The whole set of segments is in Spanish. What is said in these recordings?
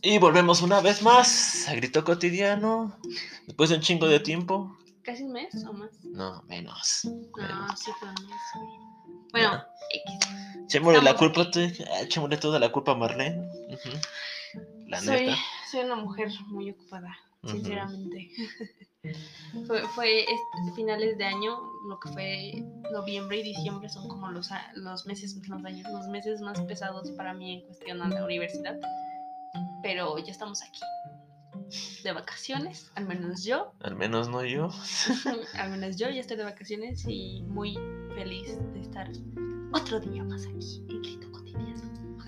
Y volvemos una vez más a Grito Cotidiano. Después de un chingo de tiempo. ¿Casi un mes o más? No, menos. No, sí fue un mes. Bueno, Echémosle la estamos culpa, aquí. echémosle toda la culpa a Marlene. La neta. Soy una mujer muy ocupada, sinceramente. Fue finales de año, lo que fue noviembre y diciembre son como los meses más pesados para mí en cuestión a la universidad. Pero ya estamos aquí, de vacaciones, al menos yo. Al menos no yo. Al menos yo ya estoy de vacaciones y muy feliz de estar otro día más aquí en Grito Cotidiano.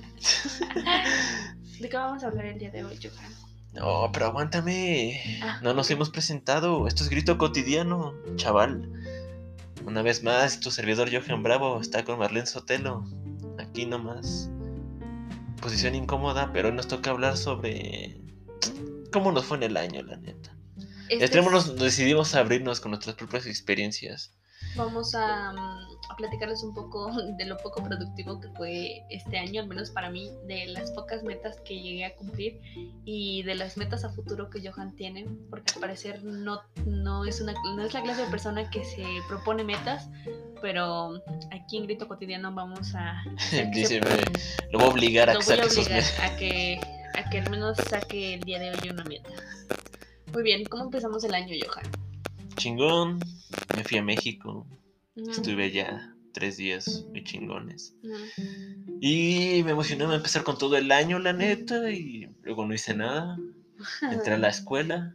¿De qué vamos a hablar el día de hoy, Johan? No, pero aguántame. No nos hemos presentado. Esto es Grito Cotidiano, chaval. Una vez más, tu servidor Johan Bravo está con Marlene Sotelo. Aquí nomás. Posición incómoda, pero hoy nos toca hablar sobre cómo nos fue en el año, la neta. Decidimos abrirnos con nuestras propias experiencias. Vamos a platicarles un poco de lo poco productivo que fue este año, al menos para mí, de las pocas metas que llegué a cumplir y de las metas a futuro que Johan tiene, porque al parecer no es la clase de persona que se propone metas, pero aquí en Grito Cotidiano vamos a Dice, lo voy a obligar a que saque sus metas. a que al menos saque el día de hoy una meta. Muy bien, ¿cómo empezamos el año, Johan? Chingón, me fui a México. Estuve allá 3 días muy chingones. Y me emocionaba empezar con todo el año, la neta, y luego no hice nada. Entré a la escuela.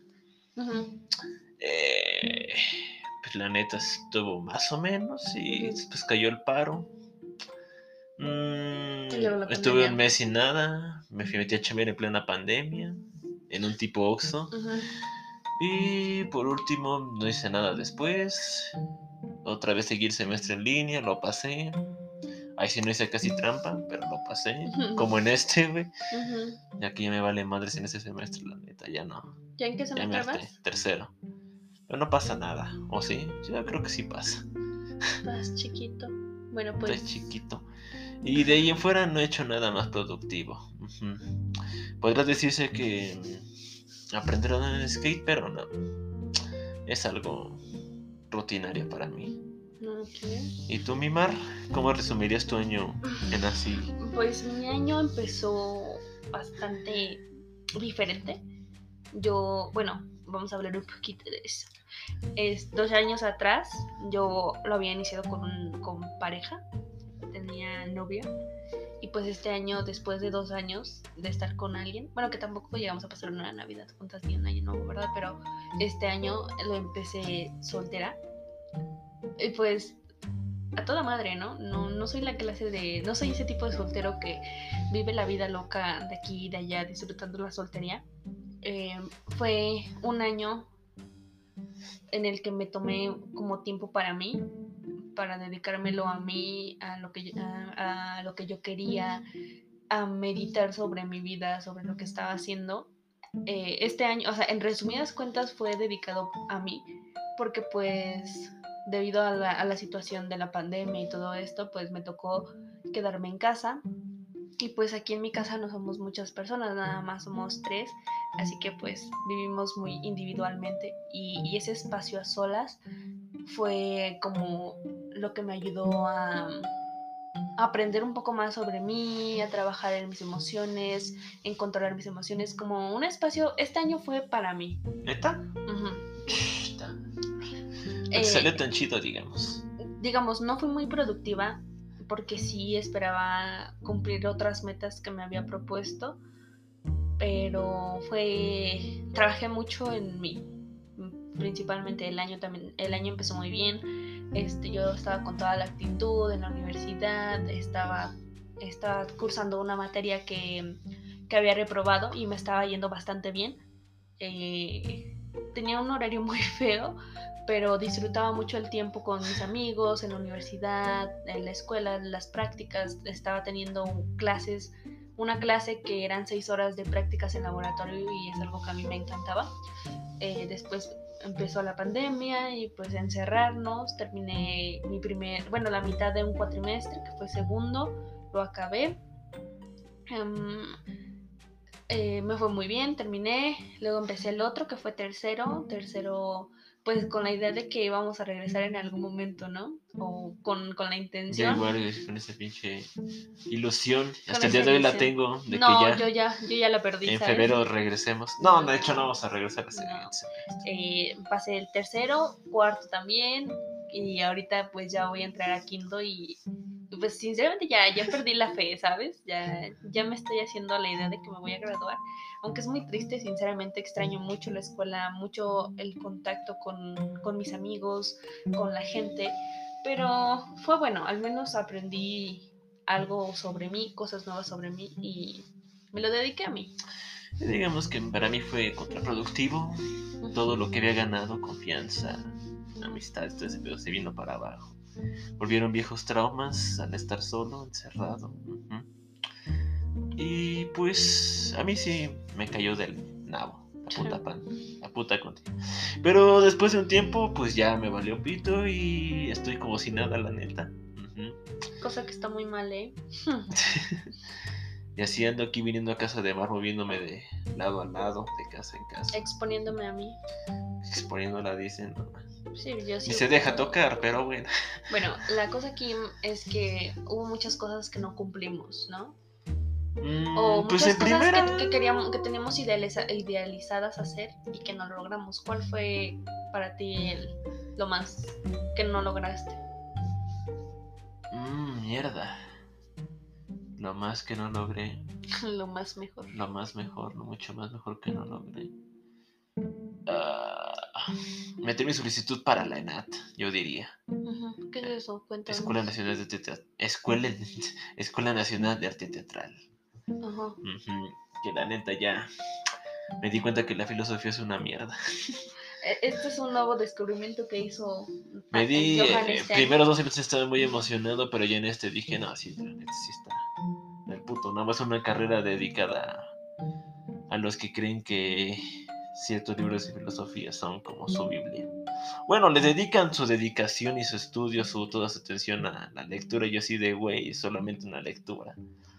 Pues la neta estuvo más o menos y después cayó el paro. Estuve un mes sin nada. Me metí a chambear en plena pandemia, en un tipo Oxxo. Y por último, no hice nada después. Otra vez seguí el semestre en línea, lo pasé. Ahí sí no hice casi trampa, pero lo pasé. Como en este, güey. Y aquí ya me vale madres en ese semestre, la neta, ya no. ¿Ya en qué semestre vas? Tercero. Pero no pasa nada, ¿o sí? Yo creo que sí pasa. Estás chiquito. Bueno, pues. Estás chiquito. Y de ahí en fuera no he hecho nada más productivo. Podrás decirse que aprender a andar en skate, pero no. Es algo rutinario para mí. Okay. ¿Y tú, mi Mar? ¿Cómo resumirías tu año en así? Pues mi año empezó bastante diferente. Vamos a hablar un poquito de eso. 2 años atrás yo lo había iniciado con pareja, tenía novio. Y pues este año, después de 2 años de estar con alguien, bueno, que tampoco llegamos a pasar una Navidad juntas ni un año nuevo, ¿verdad? Pero este año lo empecé soltera. Y pues a toda madre, ¿no? No soy la clase de... No soy ese tipo de soltero que vive la vida loca de aquí y de allá disfrutando la soltería. Fue un año en el que me tomé como tiempo para mí, para dedicármelo a mí, a lo que yo quería, a meditar sobre mi vida, sobre lo que estaba haciendo. Este año, o sea, en resumidas cuentas fue dedicado a mí, porque pues debido a la situación de la pandemia y todo esto, pues me tocó quedarme en casa. Y pues aquí en mi casa no somos muchas personas, nada más somos 3, así que pues vivimos muy individualmente y ese espacio a solas fue como lo que me ayudó a aprender un poco más sobre mí, a trabajar en mis emociones, en controlar mis emociones, como un espacio, este año fue para mí. ¿Neta? ¿Qué salió tan chido, digamos? Digamos, no fui muy productiva, porque sí esperaba cumplir otras metas que me había propuesto, pero trabajé mucho en mí, principalmente el año empezó muy bien. Yo estaba con toda la actitud en la universidad, estaba cursando una materia que había reprobado y me estaba yendo bastante bien. Tenía un horario muy feo, pero disfrutaba mucho el tiempo con mis amigos, en la universidad, en la escuela, en las prácticas. Estaba teniendo una clase que eran 6 horas de prácticas en laboratorio y es algo que a mí me encantaba. Después empezó la pandemia y pues encerrarnos, terminé la mitad de un cuatrimestre, que fue segundo, lo acabé. me fue muy bien, terminé, luego empecé el otro que fue tercero, pues con la idea de que íbamos a regresar en algún momento, ¿no? O con la Yo intención. igual con esa pinche ilusión, Con hasta el esa día de hoy la ilusión. tengo, de que No, ya yo ya la perdí, en ¿sabes? febrero regresemos. No, No. de hecho no vamos a regresar ese No. semestre. Pasé el tercero, cuarto también, y ahorita pues ya voy a entrar a quinto y pues sinceramente ya perdí la fe, ¿sabes? Ya me estoy haciendo la idea de que me voy a graduar, aunque es muy triste, sinceramente extraño mucho la escuela, mucho el contacto con mis amigos, con la gente, pero fue bueno, al menos aprendí algo sobre mí, cosas nuevas sobre mí y me lo dediqué a mí. Y digamos que para mí fue contraproductivo. Todo lo que había ganado, confianza, amistad, todo ese pedo se vino para abajo. Volvieron viejos traumas al estar solo, encerrado. Y pues a mí sí me cayó del nabo, la puta contigo. Pero después de un tiempo, pues ya me valió pito y estoy como si nada, la neta. Cosa que está muy mal, ¿eh? Y así ando aquí viniendo a casa de Mar, moviéndome de lado a lado, de casa en casa. Exponiéndome a mí. Exponiéndola, dicen. No. Sí, yo sí. Y se deja tocar, pero bueno. Bueno, la cosa aquí es que hubo muchas cosas que no cumplimos, ¿no? O pues muchas en cosas primera... que queríamos, que teníamos idealizadas hacer y que no logramos. ¿Cuál fue para ti lo más que no lograste? Mierda. Lo más que no logré. Lo más mejor. Lo más mejor, lo mucho más mejor que no logré. Meter mi solicitud para la ENAT, yo diría. ¿Qué es eso? Cuéntame. Escuela Nacional de Teatro. Escuela Nacional de Arte Teatral. Que la neta ya me di cuenta que la filosofía es una mierda. Este es un nuevo descubrimiento que hizo Me di Johan este primeros 2 semestres estaba muy emocionado, pero ya en este dije, no, sí, la neta sí está del puto. Nada más una carrera dedicada a los que creen que ciertos libros de filosofía son como su Biblia. Bueno, le dedican su dedicación y su estudio, toda su atención a la lectura. Y yo así de, güey, es solamente una lectura.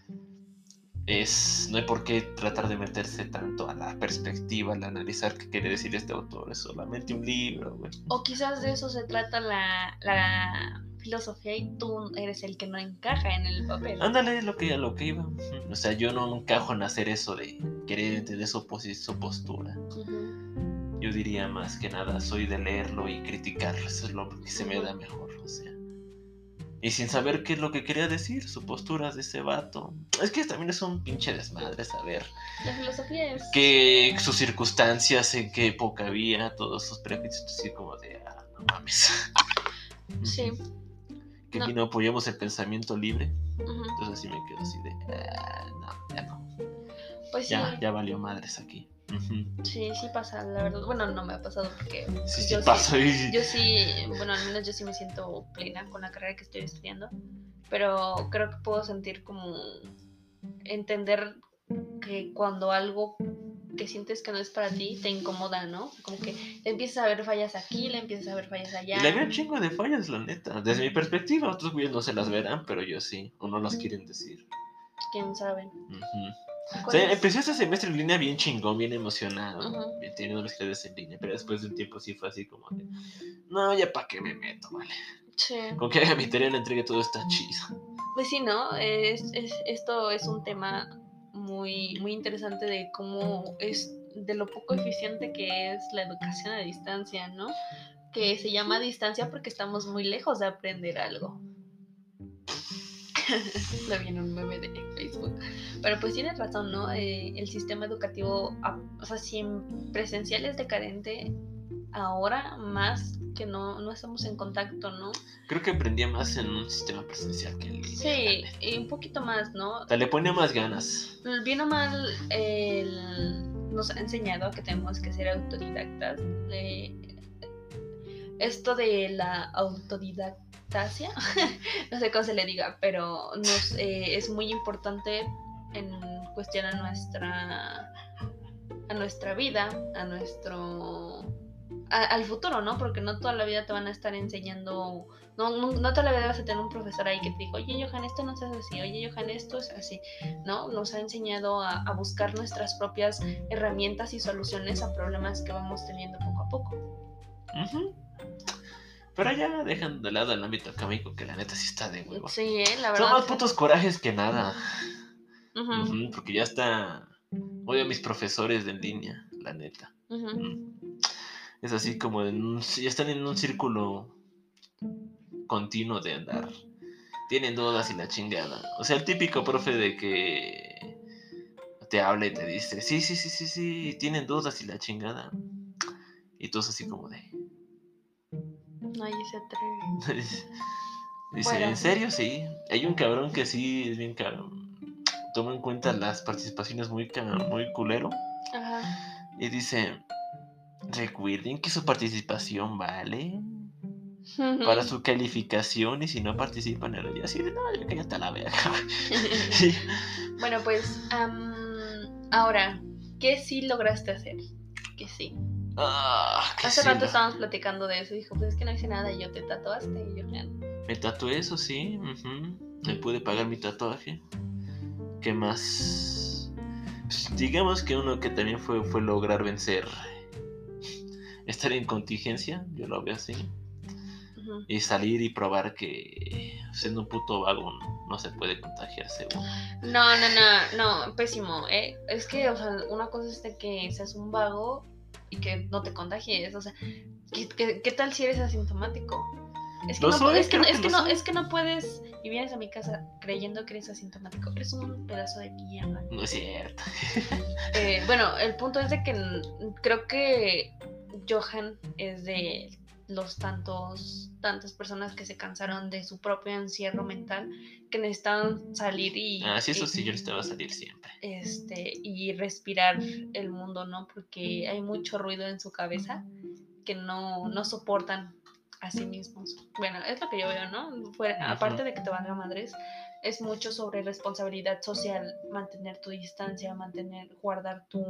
No hay por qué tratar de meterse tanto a la perspectiva, al analizar qué quiere decir este autor. Es solamente un libro, güey. O quizás de eso se trata la filosofía y tú eres el que no encaja en el papel. Ándale, lo que iba. O sea, yo no encajo en hacer eso de querer entender su postura. Yo diría más que nada, soy de leerlo y criticarlo. Eso es lo que se me da mejor, o sea. Y sin saber qué es lo que quería decir, su postura de ese vato. Es que también es un pinche desmadre saber. La filosofía es... Que sus circunstancias, en qué época había, todos sus prejuicios, así como de, no mames. Sí. Que aquí no apoyamos el pensamiento libre. Entonces así me quedo así de, no, ya no. Pues ya, ya valió madres aquí. Sí pasa, la verdad. Bueno, no me ha pasado porque sí pasa. Yo sí, bueno, al menos yo sí me siento plena con la carrera que estoy estudiando, pero creo que puedo sentir como entender que cuando algo que sientes que no es para ti te incomoda, ¿no? Como que le empiezas a ver fallas aquí, le empiezas a ver fallas allá. Y le veo un chingo de fallas, la neta. Desde mi perspectiva, otros güeyes no se las verán, pero yo sí, o no las quieren decir. ¿Quién sabe? O sea, empecé este semestre en línea bien chingón, bien emocionado, bien teniendo las clases en línea, pero después de un tiempo sí fue así como de, no, ya para qué me meto, vale. Sí. Con que haga mi tarea la entregue todo está chido. Pues sí, ¿no? Esto es un tema muy, muy interesante de cómo es, de lo poco eficiente que es la educación a distancia, ¿no? Que se llama distancia porque estamos muy lejos de aprender algo. Lo vi en un meme de Facebook. Pero pues tienes razón, ¿no? El sistema educativo, o sea, si en presencial es decadente, ahora más que no estamos en contacto, ¿no? Creo que aprendía más en un sistema presencial que en línea. Sí, y un poquito más, ¿no? Le ponía más ganas. Bien o mal, nos ha enseñado a que tenemos que ser autodidactas. Esto de la autodidactasia, no sé cómo se le diga, pero es muy importante en cuestión a nuestra vida, a nuestro al futuro, ¿no? Porque no toda la vida te van a estar enseñando, no toda la vida vas a tener un profesor ahí que te diga, oye, Johan, esto no se hace así, oye, Johan, esto es así, ¿no? Nos ha enseñado a buscar nuestras propias herramientas y soluciones a problemas que vamos teniendo poco a poco. Uh-huh. Pero ya dejan de lado el ámbito académico, que la neta sí está de huevo. Sí, la verdad. Son más putos corajes que nada. Uh-huh. Porque ya está... Odio a mis profesores de en línea, la neta. Uh-huh. Es así como ya están en un círculo continuo de andar. Tienen dudas y la chingada. O sea, el típico profe de que te habla y te dice, sí, tienen dudas y la chingada. Y tú es así como de... Nadie se atreve. Dice, bueno. ¿En serio? Sí. Hay un cabrón que sí es bien cabrón. Toma en cuenta las participaciones muy culero. Ajá. Y dice, recuerden que su participación vale para su calificación, y si no participan en el día así de, no, yo que ya está la verga. Sí. Bueno, pues ahora, ¿qué sí lograste hacer? ¿Qué sí? Hace rato estábamos platicando de eso y dijo, pues es que no hice nada y yo te tatuaste y yo me tatué, eso sí. Me pude pagar mi tatuaje. ¿Qué más? Pues, digamos que uno que también fue lograr vencer, estar en contingencia, yo lo veo así. Uh-huh. Y salir y probar que siendo un puto vago no se puede contagiar, según. No, pésimo, es que, o sea, una cosa es de que seas un vago y que no te contagies, o sea, ¿qué tal si eres asintomático? Es que no puedes y vienes a mi casa creyendo que eres asintomático. Eres un pedazo de mierda. No es cierto. Bueno, el punto es de que creo que Johan es de los tantas personas que se cansaron de su propio encierro mental, que necesitaban salir y... sí, eso sí, yo necesitaba salir siempre. Y respirar el mundo, ¿no? Porque hay mucho ruido en su cabeza que no soportan a sí mismos. Bueno, es lo que yo veo, ¿no? Aparte de que te valga madres, es mucho sobre responsabilidad social, mantener tu distancia, guardar tu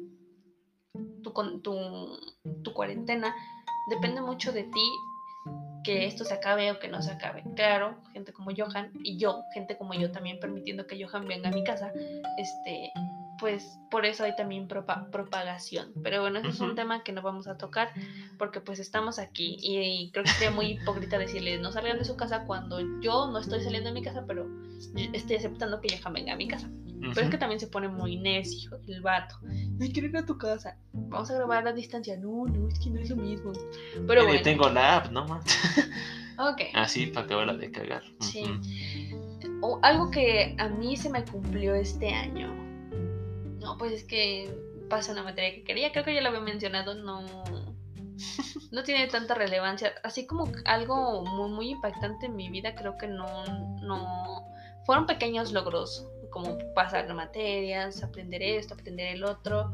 cuarentena. Depende mucho de ti que esto se acabe o que no se acabe. Claro, gente como Johan y gente como yo también permitiendo que Johan venga a mi casa, pues por eso hay también propagación. Pero bueno, ese es un tema que no vamos a tocar porque pues estamos aquí y creo que sería muy hipócrita decirles no salgan de su casa cuando yo no estoy saliendo de mi casa, pero estoy aceptando que Johan venga a mi casa. Pero es que también se pone muy necio el vato. No quiero ir a tu casa. Vamos a grabar a distancia. No, es que no es lo mismo. Pero bueno. Tengo la app, ¿no? Ok. Así para acabar de cagar. Sí. Algo que a mí se me cumplió este año. No, pues es que pasa una materia que quería. Creo que ya lo había mencionado. No tiene tanta relevancia. Así como algo muy, muy impactante en mi vida, creo que no. Fueron pequeños logros, como pasar materias, aprender esto, aprender el otro.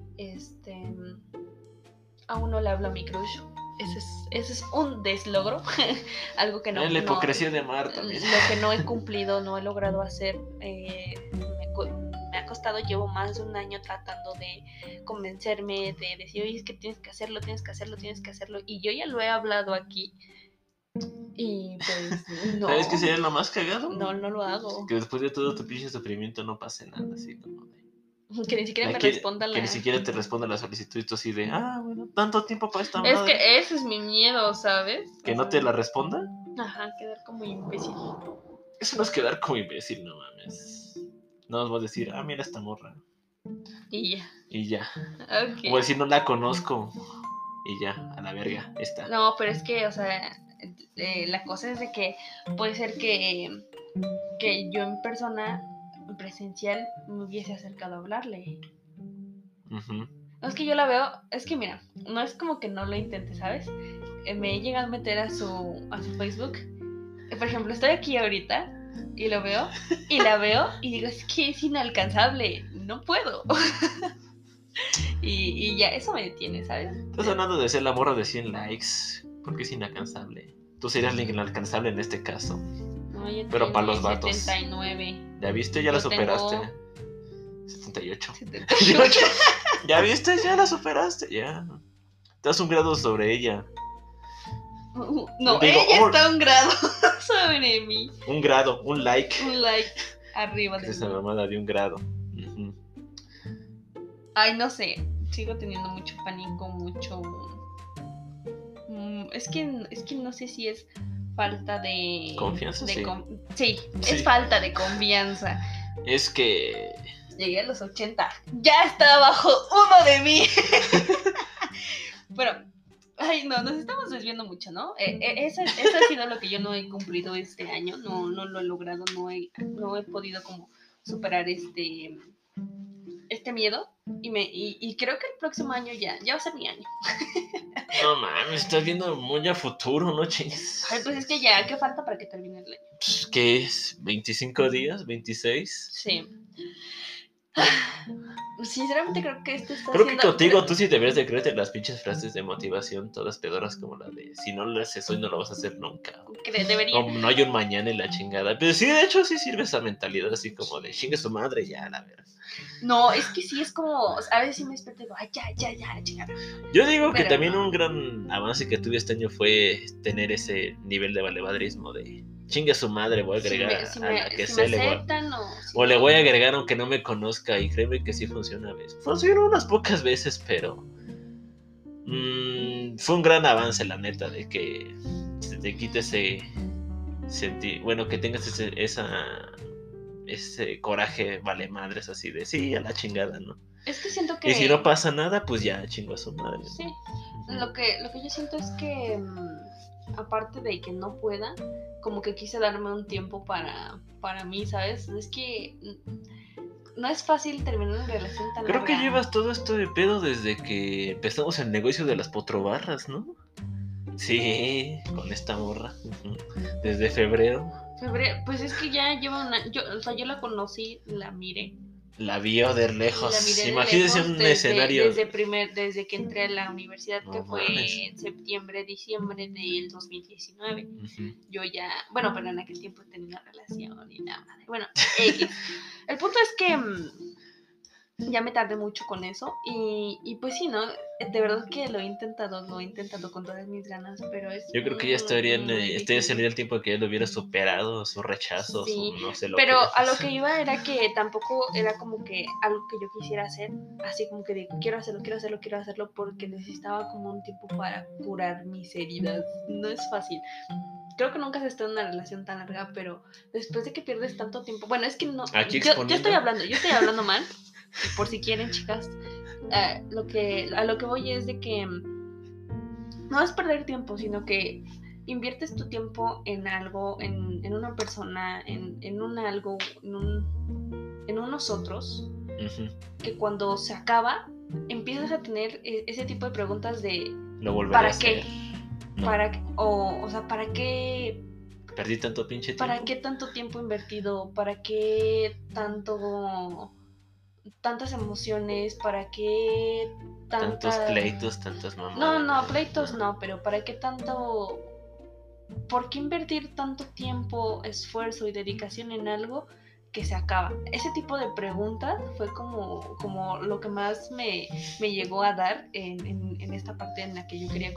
Aún no le hablo a mi crush. Ese es un deslogro. Algo que no. La hipocresía de Marta. Lo que no he cumplido, no he logrado hacer. Me ha costado, llevo más de un año tratando de convencerme, de decir, oye, es que tienes que hacerlo. Y yo ya lo he hablado aquí. Y pues no. ¿Sabes qué sería lo más cagado? No lo hago. Que después de todo tu pinche sufrimiento no pase nada, así como de... Que ni siquiera me responda que ni siquiera te responda la solicitud y tú así de, bueno, tanto tiempo para esta madre. Es que ese es mi miedo, ¿sabes? ¿Que no te la responda? Ajá, quedar como imbécil. Eso no es quedar como imbécil, no mames. No nos vas a decir, mira esta morra. Y ya. Okay. O decir, no la conozco. Y ya, a la verga, esta. No, pero es que, o sea, la cosa es de que puede ser que yo en persona, presencial, me hubiese acercado a hablarle. No, es que yo la veo, es que mira, no es como que no lo intente, ¿sabes? Me he llegado a meter a su Facebook. Por ejemplo, estoy aquí ahorita y lo veo y la veo y digo, es que es inalcanzable, no puedo. y ya, eso me detiene, ¿sabes? Estás hablando de ser la morra de 100 likes, porque es inalcanzable. Tú serías la inalcanzable en este caso. No, pero para los vatos. 79. ¿Ya viste? Ya la superaste. 78. Ya viste, ya la superaste, ya. Estás un grado sobre ella. No, Digo, ella está a un grado sobre mí. Un grado, un like. Un like arriba ¿Qué de es esa mí. mamada de un grado? Ujú. Ay, no sé. Sigo teniendo mucho pánico, mucho. Es que no sé si es falta de. ¿Confianza? Sí. Sí, Sí. es falta de confianza. Es que. Llegué a los 80. Ya está abajo uno de mí. Bueno, ay, no, nos estamos desviando mucho, ¿no? Eso ha sido lo que yo no he cumplido este año. No lo he logrado. No he podido como superar este miedo. Y creo que el próximo año ya va a ser mi año. No mames, estás viendo muy a futuro, ¿no, chingues? Ay, pues es que ya, ¿qué falta para que termine el año? Pues, ¿qué es? ¿25 días? ¿26? Sí. Sinceramente creo que esto está Creo que haciendo... contigo tú sí deberías de creerte las pinches frases de motivación, todas pedoras como la de si no lo haces hoy no lo vas a hacer nunca. Debería. No hay un mañana en la chingada. Pero sí, de hecho sí sirve esa mentalidad así como de chingue su madre ya, la verdad. No, es que sí es como, a veces sí me despierto y digo, ay, ya, la chingada. Yo digo que Pero también no. un gran avance que tuve este año fue tener ese nivel de valevadrismo de chingue a su madre, voy a agregar a la que si sé, me aceptan o le voy a agregar aunque no me conozca y créeme que sí funciona a veces. Funcionó unas pocas veces, pero fue un gran avance la neta de que se te quite ese bueno, que tengas ese coraje vale madres así de sí, a la chingada, ¿no? Es que siento que... Y si no pasa nada, pues ya chingo a su madre. Sí, lo que yo siento es que aparte de que no pueda, como que quise darme un tiempo para mí, ¿sabes? Es que no es fácil terminar una relación tan Creo larga. que llevas todo esto de pedo desde que empezamos el negocio de las potrobarras, ¿no? Sí, con esta morra. Desde febrero. Pues es que ya lleva yo la conocí, la miré. La vio de lejos. La miré de Imagínense lejos un escenario. Desde que entré a la universidad, que fue mames. en septiembre, diciembre del 2019. Uh-huh. Yo ya, bueno, pero en aquel tiempo tenía una relación y nada. Bueno, X. El punto es que ya me tardé mucho con eso y pues sí, ¿no? De verdad que lo he intentado con todas mis ganas, pero es... Yo creo que ya sería el tiempo que ya lo hubiera superado, su rechazo, sí, no sé lo pero que a lo que iba era que tampoco era como que algo que yo quisiera hacer, así como que digo, quiero hacerlo porque necesitaba como un tiempo para curar mis heridas. No es fácil. Creo que nunca has estado en una relación tan larga, pero después de que pierdes tanto tiempo, bueno, es que no, yo estoy hablando mal, por si quieren, chicas. A lo que voy es de que no es perder tiempo, sino que inviertes tu tiempo en algo, en una persona, en un algo, en unos otros, uh-huh. que cuando se acaba empiezas a tener ese tipo de preguntas de ¿para qué? No. O sea, ¿para qué? Perdí tanto pinche tiempo. ¿Para qué tanto tiempo invertido? ¿Para qué tantas emociones? ¿Para qué tantos pleitos, tantas mamadas? No, pleitos no, pero ¿para qué tanto? ¿Por qué invertir tanto tiempo, esfuerzo y dedicación en algo que se acaba? Ese tipo de preguntas fue como lo que más me llegó a dar en esta parte en la que yo quería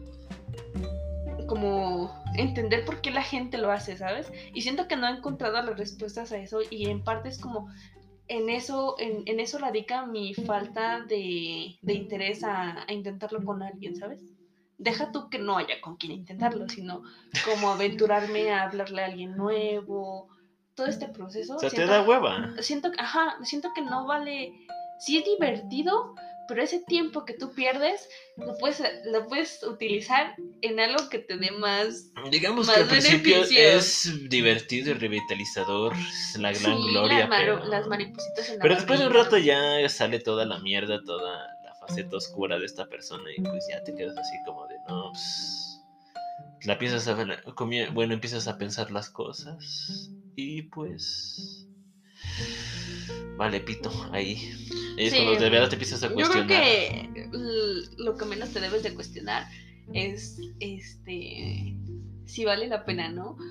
como entender por qué la gente lo hace, ¿sabes? Y siento que no he encontrado las respuestas a eso y en parte es como en eso radica mi falta de interés a intentarlo con alguien, ¿sabes? Deja tú que no haya con quien intentarlo, sino como aventurarme a hablarle a alguien nuevo, todo este proceso. O sea, te da hueva. Siento que no vale. Sí es divertido, pero ese tiempo que tú pierdes lo puedes utilizar en algo que te dé más. Digamos más que al principio beneficios. es divertido y revitalizador, es la gran gloria, las maripositas en la pero después de un barbilla. rato ya sale toda la mierda, toda la faceta oscura de esta persona y pues ya te quedas así como de no, pues empiezas a pensar las cosas y pues vale pito ahí. Es cuando de verdad te empiezas a cuestionar. Yo creo que lo que menos te debes de cuestionar es si vale la pena, ¿no?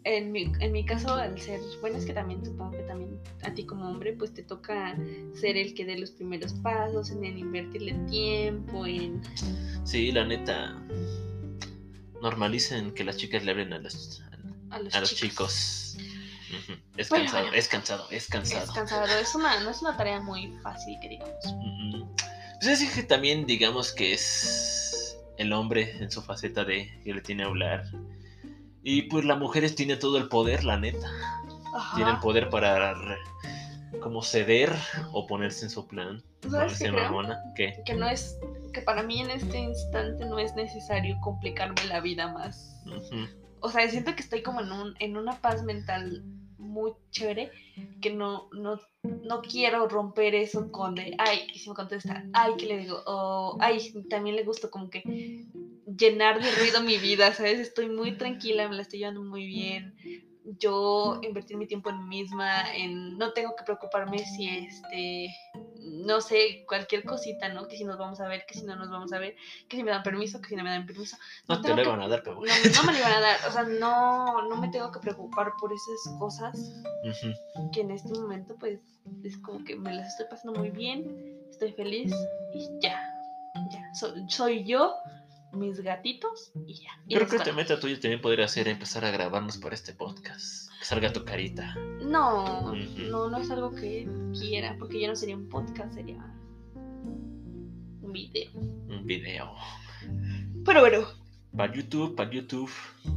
en mi caso, al ser, bueno, es que también supongo que también a ti como hombre, pues te toca ser el que dé los primeros pasos, en invertirle tiempo, en... Sí, la neta, normalicen que las chicas le hablen a los chicos. Uh-huh. Es Bueno, cansado, bueno. es cansado. Es cansado, no es una tarea muy fácil, que digamos. Uh-huh. Pues es que también digamos que es el hombre en su faceta de que le tiene a hablar. Y pues las mujeres tienen todo el poder, la neta. Ajá. Tienen poder para como ceder o ponerse en su plan. ¿Sabes qué creo? Mamona. ¿Qué? Que no es, que para mí en este instante no es necesario complicarme la vida más. Uh-huh. O sea, siento que estoy como en una paz mental muy chévere, que no quiero romper eso con de, ay, que si me contesta, ay, que le digo, o ay, también le gusto como que llenar de ruido mi vida, ¿sabes? Estoy muy tranquila, me la estoy llevando muy bien. Yo invertir mi tiempo en mí misma, no tengo que preocuparme si no sé, cualquier cosita, ¿no? Que si nos vamos a ver, que si no nos vamos a ver, que si me dan permiso, que si no me dan permiso. No te lo iban a dar, pero bueno. No me lo iban a dar, o sea, no me tengo que preocupar por esas cosas. Uh-huh. Que en este momento, pues, es como que me las estoy pasando muy bien, estoy feliz y ya. Soy yo, mis gatitos y ya. Creo que esta meta tuya también podría ser empezar a grabarnos por este podcast. Que salga tu carita. No, uh-huh. no es algo que quiera, porque ya no sería un podcast, sería un video. Un video. Pero bueno. Para YouTube.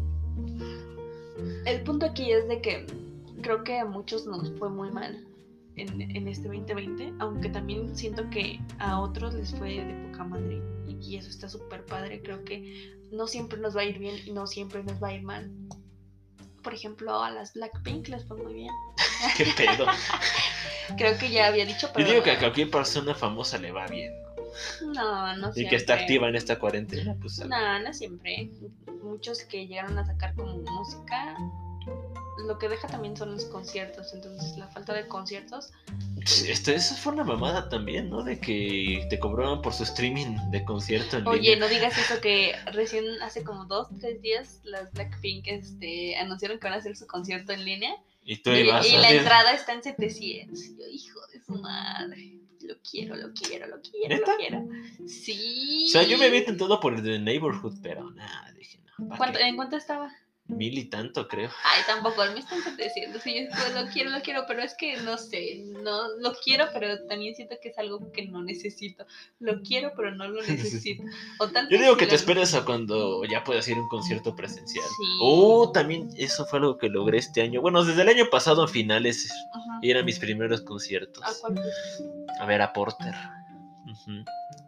El punto aquí es de que creo que a muchos nos fue muy mal en este 2020, aunque también siento que a otros les fue de poca madre y eso está súper padre. Creo que no siempre nos va a ir bien y no siempre nos va a ir mal. Por ejemplo, a las Blackpink les fue muy bien. ¿Qué pedo? Creo que ya había dicho, pero... Yo digo que a cualquier persona famosa le va bien, ¿no? No siempre. Y que está activa en esta cuarentena, pues... No siempre. Muchos que llegaron a sacar como música, lo que deja también son los conciertos, entonces la falta de conciertos... Eso fue una mamada también, ¿no? De que te cobraban por su streaming de concierto en Oye, línea. No digas eso, que recién hace como 2-3 días las Blackpink anunciaron que van a hacer su concierto en línea. Y tú ibas y la entrada está en 700. Y yo, hijo de su madre. Lo quiero. ¿Neta? Lo quiero. Sí. O sea, yo me había tentado por el de Neighborhood, pero nada, dije no. ¿En cuánto estaba? 1000 y tanto, creo. Ay, tampoco, el mío está en 700. Y yo lo quiero, pero es que no sé, no lo quiero, pero también siento que es algo que no necesito. Lo quiero, pero no lo necesito. Yo digo que te esperes a cuando ya puedas ir a un concierto presencial. Sí. También eso fue algo que logré este año. Bueno, desde el año pasado a finales, uh-huh. Eran mis primeros conciertos. ¿A cuál? A ver, a Porter. Uh-huh.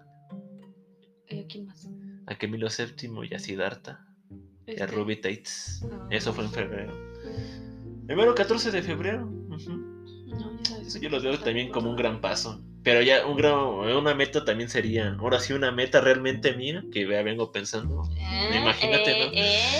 ¿Quién más? A Camilo VII y a Siddhartha. Y a Ruby Tates. Eso fue en febrero. Primero 14 de febrero. Uh-huh. No, eso yo lo veo también como un gran paso. Pero ya una meta también sería, ahora sí, una meta realmente mía, que vengo pensando. Imagínate, ¿no?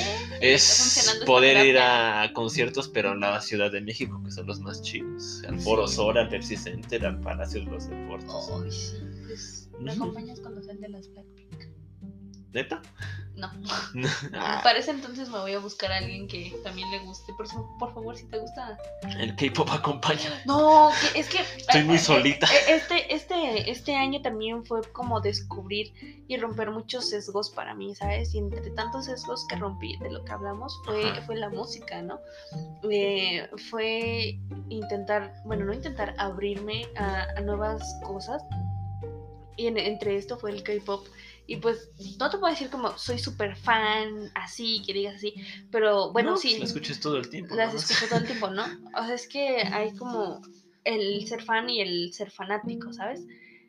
Es poder ir a conciertos, pero en la Ciudad de México, que son los más chidos. Al Foro Sol, al Pepsi Center, al Palacio de los Deportes. Ay, sí. Pues, ¿me acompañas cuando sean de las Blackpink? ¿Neta? No. Para ese entonces me voy a buscar a alguien que también le guste. Por favor, si te gusta. El K-pop acompaña. No, es que estoy muy solita. Este año también fue como descubrir y romper muchos sesgos para mí, ¿sabes? Y entre tantos sesgos que rompí de lo que hablamos fue la música, ¿no? Fue no intentar abrirme a nuevas cosas. Y entre esto fue el K-pop. Y pues no te puedo decir como soy súper fan, así, que digas así, pero bueno, sí. Las escuchas todo el tiempo. Las escucho todo el tiempo, ¿no? O sea, es que hay como el ser fan y el ser fanático, ¿sabes?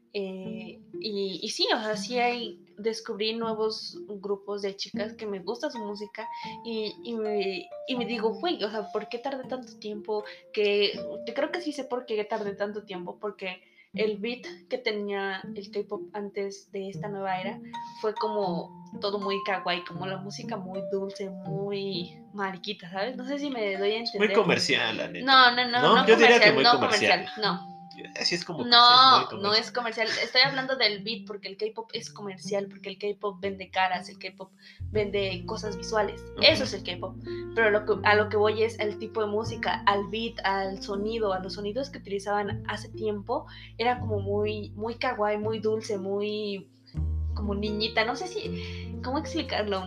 Y sí, o sea, sí descubrí nuevos grupos de chicas que me gusta su música y me digo, güey, o sea, ¿por qué tardé tanto tiempo? Creo que sí sé por qué tardé tanto tiempo, porque el beat que tenía el K-pop antes de esta nueva era fue como todo muy kawaii, como la música muy dulce, muy mariquita, ¿sabes? No sé si me doy a entender. Muy comercial, la neta. No, yo diría que muy comercial. No. Así es como No es comercial. Estoy hablando del beat porque el K-pop es comercial, porque el K-pop vende caras, el K-pop vende cosas visuales. Eso es el K-pop. Pero a lo que voy es el tipo de música, al beat, al sonido, a los sonidos que utilizaban hace tiempo. Era como muy, muy kawaii, muy dulce, muy como niñita. No sé si, ¿cómo explicarlo?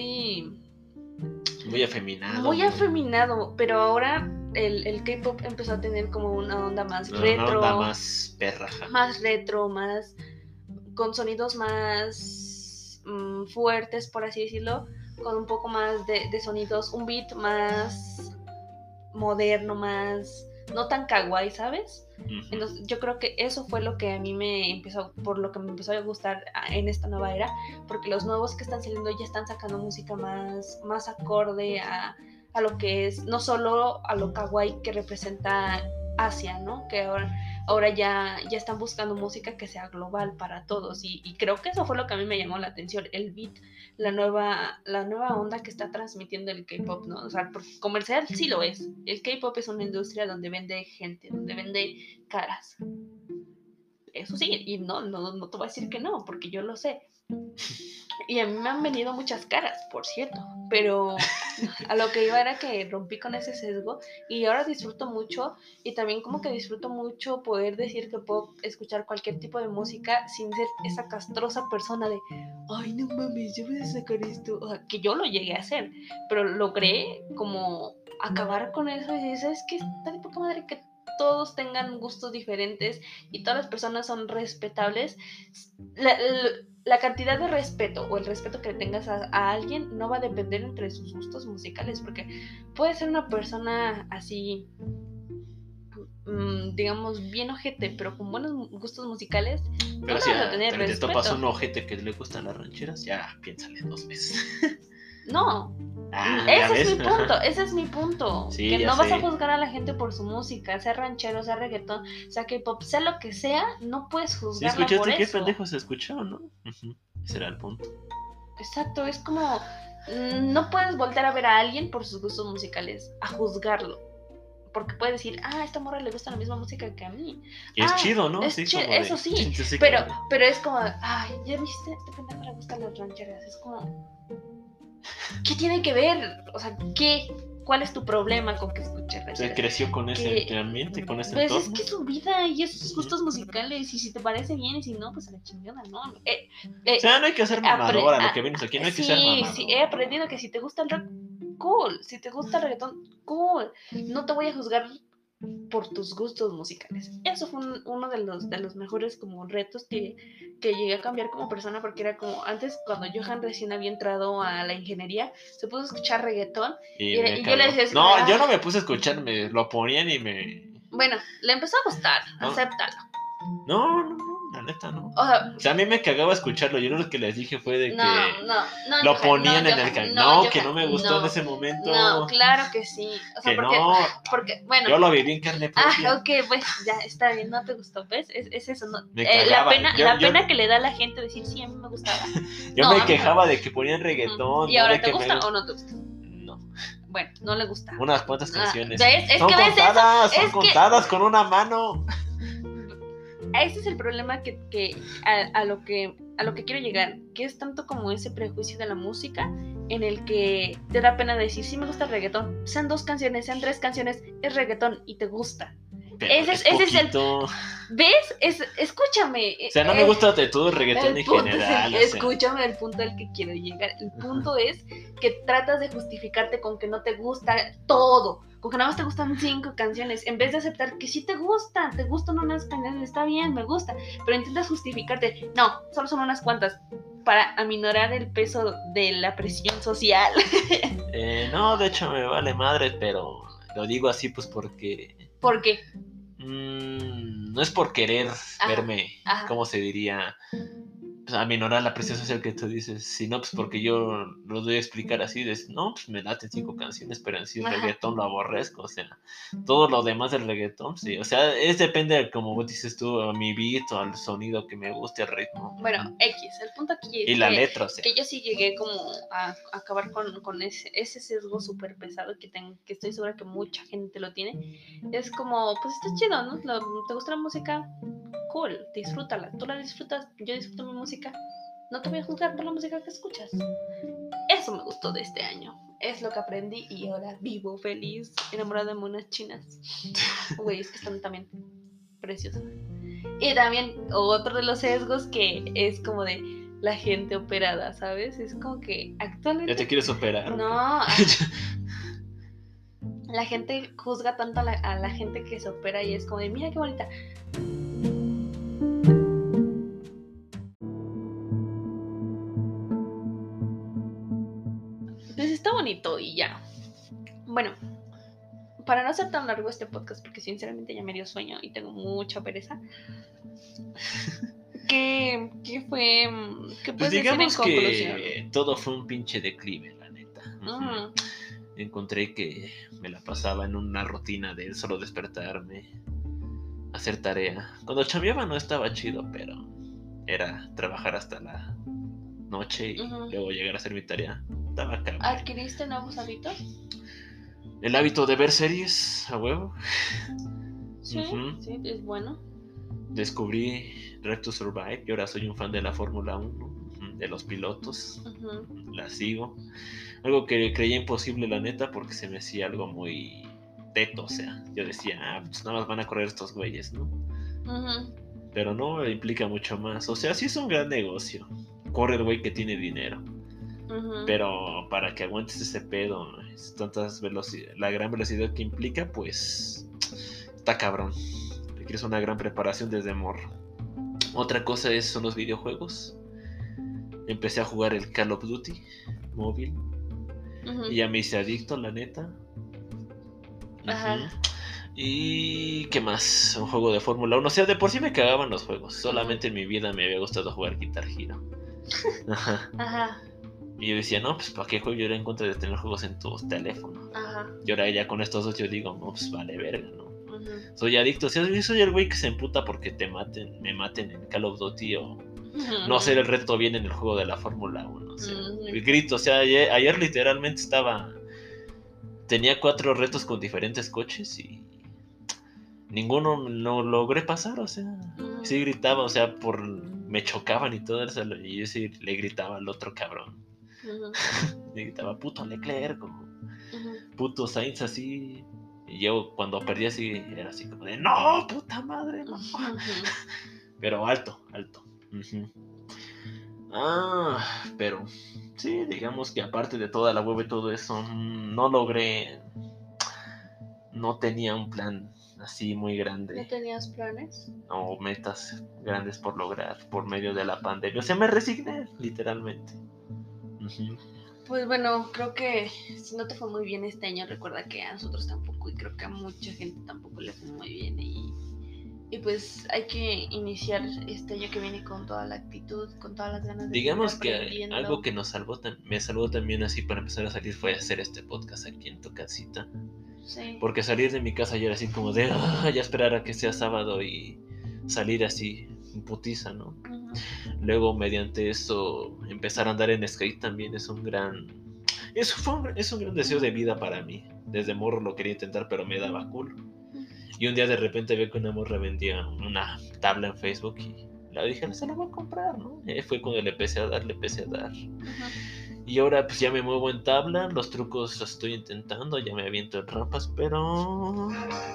Muy afeminado. Muy afeminado, pero ahora el K-pop empezó a tener como una onda más retro. Una onda más perra. Más retro, más con sonidos más fuertes, por así decirlo, con un poco más de sonidos, un beat más moderno, más no tan kawaii, ¿sabes? Entonces yo creo que eso fue lo que a mí por lo que me empezó a gustar en esta nueva era, porque los nuevos que están saliendo ya están sacando música más acorde a lo que es, no solo a lo kawaii que representa Asia, ¿no? Que ahora ya están buscando música que sea global para todos, y creo que eso fue lo que a mí me llamó la atención, el beat, la nueva onda que está transmitiendo el K-pop, ¿no? O sea, porque comercial sí lo es. El K-pop es una industria donde vende gente, donde vende caras. Eso sí, y no te voy a decir que no, porque yo lo sé. Y a mí me han venido muchas caras, por cierto, pero a lo que iba era que rompí con ese sesgo y ahora disfruto mucho, y también como que disfruto mucho poder decir que puedo escuchar cualquier tipo de música sin ser esa castrosa persona de ay, no mames, yo voy a sacar esto. O sea, que yo lo llegué a hacer, pero logré como acabar con eso y decir, ¿sabes qué? Está de poca madre que todos tengan gustos diferentes y todas las personas son respetables. La cantidad de respeto o el respeto que le tengas a alguien no va a depender entre sus gustos musicales, porque puede ser una persona así, digamos, bien ojete, pero con buenos gustos musicales. Pero no si vas a tener te respeto. topas un ojete que le gustan las rancheras, ya piénsale 2 veces. No, ese es mi punto, sí, que ya no sé. vas a juzgar a la gente por su música, sea ranchero, sea reggaetón, sea K-pop, sea lo que sea, no puedes juzgarla por eso. ¿Qué pendejo se escuchó, no? Ese era el punto. Exacto, es como no puedes volver a ver a alguien por sus gustos musicales, a juzgarlo, porque puede decir, a esta morra le gusta la misma música que a mí. Y es chido, ¿no? Es chido, eso sí, pero es como, ay, ¿ya viste? A este pendejo le gustan las rancheras. Es como, ¿qué tiene que ver? O sea, ¿qué? ¿Cuál es tu problema con que escuche rancheras? Se creció con ese ambiente, con ese entorno. Pues es que es su vida y esos gustos musicales, y si te parece bien y si no, pues a la chingada, ¿no? O sea, no hay que ser mamadora, lo que vienes aquí, no hay que ser mamadora. Sí, he aprendido que si te gusta el rock, cool. Si te gusta el reggaetón, cool. No te voy a juzgar por tus gustos musicales. Eso fue uno de los mejores como retos que llegué a cambiar como persona, porque era como antes, cuando Johan recién había entrado a la ingeniería, se puso a escuchar reggaetón y yo le decía así, no, yo no me puse a escuchar, me lo ponían y me... Bueno, le empezó a gustar, ¿no? Acéptalo. No, la neta no. O sea, a mí me cagaba escucharlo. Yo lo que les dije fue de que no, lo ponían en el canal. Que no me gustó en ese momento. No, claro que sí. O sea, porque, bueno. Yo lo viví en carne propia. Ok, pues ya está bien, no te gustó, ¿ves? Es eso, ¿no? Me cagaba. La pena que le da a la gente decir, sí, a mí me gustaba. Yo me quejaba de que ponían reggaetón. ¿Y ahora te gusta o no te gusta? No. Bueno, no le gusta. Unas cuantas canciones. Son contadas con una mano. Ese es el problema que a lo que quiero llegar, que es tanto como ese prejuicio de la música, en el que te da pena decir, sí me gusta el reggaetón, sean 2 canciones, sean 3 canciones, es reggaetón y te gusta. Ese es el... ¿Ves? Escúchame. O sea, no me gusta de todo el reggaetón en general. Escúchame el punto al que quiero llegar. El punto es que tratas de justificarte con que no te gusta todo, con que nada más te gustan 5 canciones, en vez de aceptar que sí te gustan unas canciones, está bien, me gusta, pero intentas justificarte, no, solo son unas cuantas, para aminorar el peso de la presión social. No, de hecho me vale madre, pero lo digo así pues porque... ¿Por qué? No es por querer verme, ¿cómo se diría? pues, aminorar la presión social que tú dices. Si no, pues porque yo lo doy a explicar así, no, pues me laten 5 canciones, pero en sí el reggaetón lo aborrezco, o sea, todo lo demás del reggaetón, sí, o sea, depende de, como dices tú, a mi beat o al sonido que me guste, al ritmo. Bueno, X, el punto aquí es y la letra, o sea. que yo sí llegué como a acabar con ese sesgo súper pesado que estoy segura que mucha gente lo tiene. Es como, pues está chido, ¿no? ¿Te gusta la música? Cool, disfrútala. Tú la disfrutas, yo disfruto mi música. No te voy a juzgar por la música que escuchas. Eso me gustó de este año. Es lo que aprendí y ahora vivo feliz, enamorada de monas chinas. Güey, es que están también preciosas. Y también otro de los sesgos que es como de la gente operada, ¿sabes? Es como que actualmente... ¿Ya te quieres operar? No. La gente juzga tanto a la gente que se opera y es como de, mira qué bonita. Pues está bonito y ya. Bueno, para no hacer tan largo este podcast, porque sinceramente ya me dio sueño y tengo mucha pereza. ¿Qué fue? ¿Qué puedes decir en conclusión? Que todo fue un pinche declive, la neta. Encontré que me la pasaba en una rutina de solo despertarme, hacer tarea. Cuando chambeaba no estaba chido, pero era trabajar hasta la noche y luego llegar a hacer mi tarea. Estaba cabrón. ¿Adquiriste nuevos hábitos? El hábito de ver series a huevo. Sí, sí, es bueno. Descubrí Drive to Survive y ahora soy un fan de la Fórmula 1, de los pilotos. La sigo. Algo que creía imposible, la neta, porque se me hacía algo muy teto. O sea, yo decía, pues nada más van a correr estos güeyes, ¿no? Pero no, implica mucho más. O sea, sí es un gran negocio. Corre el güey que tiene dinero. Pero para que aguantes ese pedo, la gran velocidad que implica, pues está cabrón. Requieres una gran preparación desde morro. Otra cosa son los videojuegos. Empecé a jugar el Call of Duty móvil y ya me hice adicto, la neta. Y ¿qué más? Un juego de Fórmula 1. O sea, de por sí me cagaban los juegos. Solamente en mi vida me había gustado jugar Guitar Hero. Y yo decía, no, pues ¿para qué juego? Yo era en contra de tener juegos en tu teléfono. Y ahora ya con estos dos yo digo, no, pues vale verga, ¿no? Soy adicto, o sea, yo soy el güey que se emputa porque me maten en Call of Duty o no hacer el reto bien en el juego de la Fórmula 1. O sea, el grito, o sea, ayer literalmente tenía 4 retos con diferentes coches y ninguno lo logré pasar, o sea, sí gritaba, o sea, me chocaban y todo eso, y yo sí le gritaba al otro cabrón. Le gritaba, puto Leclerc, puto Sainz, así. Y yo cuando perdí así, era así como de, no, puta madre, no. Pero alto. Pero sí, digamos que aparte de toda la web y todo eso, no tenía un plan así muy grande. ¿No tenías planes? O metas grandes por lograr por medio de la pandemia. O sea, me resigné, literalmente. Pues bueno, creo que si no te fue muy bien este año, recuerda que a nosotros tampoco, y creo que a mucha gente tampoco le fue muy bien. Y pues hay que iniciar este año que viene con toda la actitud, con todas las ganas de digamos que algo que me salvó también así para empezar a salir fue hacer este podcast aquí en tu casita. Sí. Porque salir de mi casa ya era así como de ya esperar a que sea sábado y salir así en putiza, ¿no? Luego mediante eso empezar a andar en skate también es un gran deseo de vida para mí. Desde morro lo quería intentar, pero me daba culo. Y un día de repente veo que una morra vendía una tabla en Facebook y la dije, se la voy a comprar, ¿no? Fue cuando le empecé a dar. Y ahora pues ya me muevo en tabla, los trucos los estoy intentando, ya me aviento en rampas, pero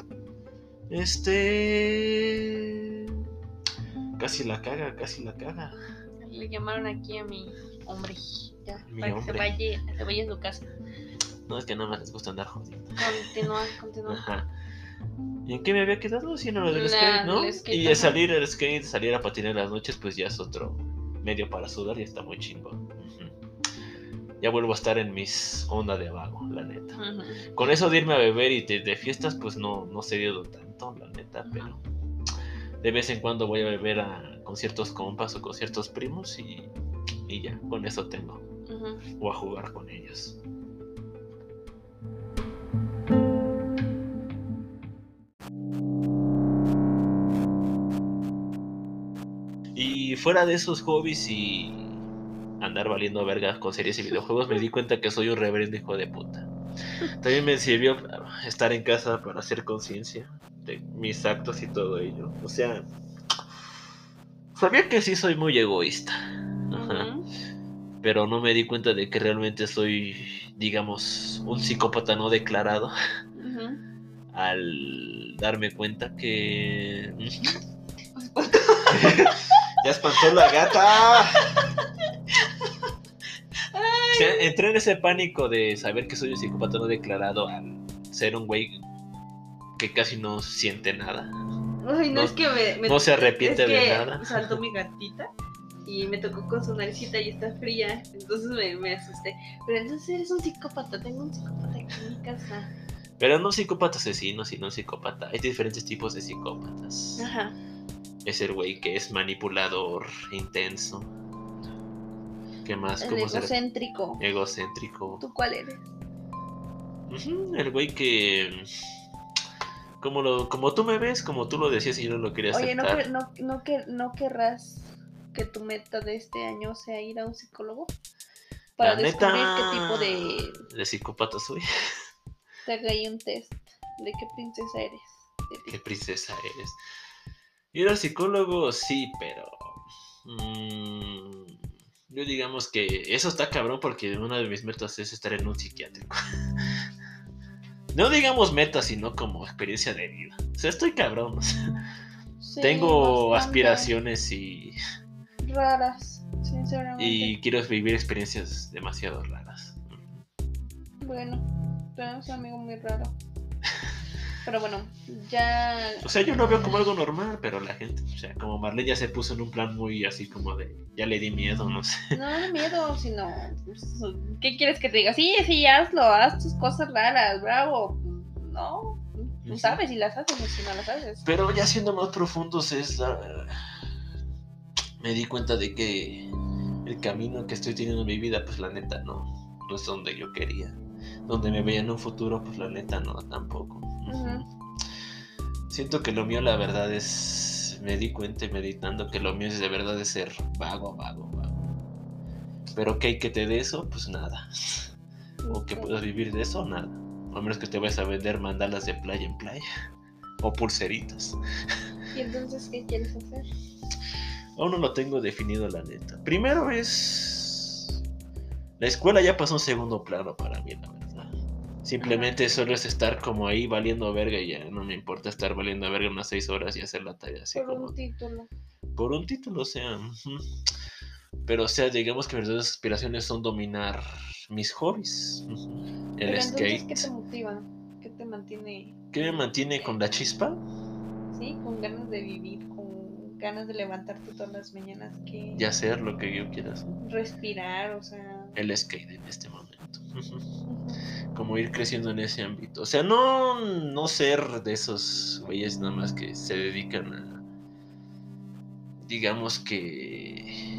casi la caga. Le llamaron aquí a mi hombre, ya, para hombre. que se vaya a su casa. No, es que nada más les gusta andar jodiendo. Continúa. Ajá. ¿Y en qué me había quedado? Sí, no, lo del skate, ¿no? Y de salir a patinar en las noches, pues ya es otro medio para sudar y está muy chingón. Ya vuelvo a estar en mis ondas de vago, la neta. Con eso de irme a beber y de fiestas, pues no se dio tanto, la neta, pero De vez en cuando voy a beber con ciertos compas o con ciertos primos y ya, con eso tengo. O a jugar con ellos. Y fuera de esos hobbies y andar valiendo verga con series y videojuegos, me di cuenta que soy un reverendo hijo de puta. También me sirvió estar en casa para hacer conciencia de mis actos y todo ello. O sea, sabía que sí soy muy egoísta. Ajá. Pero no me di cuenta de que realmente soy, digamos, un psicópata no declarado. Al darme cuenta que... Ya espantó la gata. O sea, entré en ese pánico de saber que soy un psicópata no declarado al ser un güey que casi no siente nada. Ay, no, es que no se arrepiente de nada. Saltó mi gatita y me tocó con su naricita y está fría, entonces me asusté. Pero entonces eres un psicópata, tengo un psicópata aquí en mi casa. Pero no un psicópata asesino, sino un psicópata. Hay diferentes tipos de psicópatas. Ajá. Es el güey que es manipulador, intenso. ¿Qué más? El egocéntrico. Egocéntrico. ¿Tú cuál eres? El güey que... Como tú me ves, como tú lo decías y yo no lo quería aceptar. Oye, ¿no querrás que tu meta de este año sea ir a un psicólogo? Para descubrir qué tipo de psicópata soy. Te haga ahí un test de qué princesa eres. ¿Qué princesa eres? Ir al psicólogo, sí, pero... yo digamos que eso está cabrón porque una de mis metas es estar en un psiquiátrico. No digamos meta, sino como experiencia de vida. O sea, estoy cabrón. Sí, tengo aspiraciones y... raras, sinceramente. Y quiero vivir experiencias demasiado raras. Bueno, tenemos un amigo muy raro. Pero bueno, ya... O sea, yo lo veo como algo normal, pero la gente... O sea, como Marlene ya se puso en un plan muy así como de... Ya le di miedo, no sé. No de miedo, sino... ¿Qué quieres que te diga? Sí, hazlo, haz tus cosas raras, bravo. No, tú sabes si las haces o si no las haces. Pero ya siendo más profundos me di cuenta de que el camino que estoy teniendo en mi vida, pues la neta no es donde yo quería. Donde me veía en un futuro, pues la neta no, tampoco. Siento que lo mío, la verdad, me di cuenta meditando que lo mío es de verdad de ser vago. Pero que hay que te dé eso, pues nada. O que puedas vivir de eso, nada. A menos que te vayas a vender mandalas de playa en playa. O pulseritas. ¿Y entonces qué quieres hacer? Aún no lo tengo definido, la neta. Primero es... La escuela ya pasó a un segundo plano para mí, la verdad. Simplemente solo es estar como ahí valiendo verga y ya no me importa estar valiendo verga unas 6 horas y hacer la tarea así por un título. Por un título, o sea... Pero, o sea, digamos que mis verdaderas aspiraciones son dominar mis hobbies. El skate. ¿Qué te motiva? ¿Qué te mantiene? ¿Qué me mantiene con la chispa? Sí, con ganas de vivir, con ganas de levantarte todas las mañanas. Y hacer lo que yo quiera hacer. Respirar, o sea... El skate en este momento. Como ir creciendo en ese ámbito. O sea, no ser de esos güeyes nada más que se dedican a... Digamos que...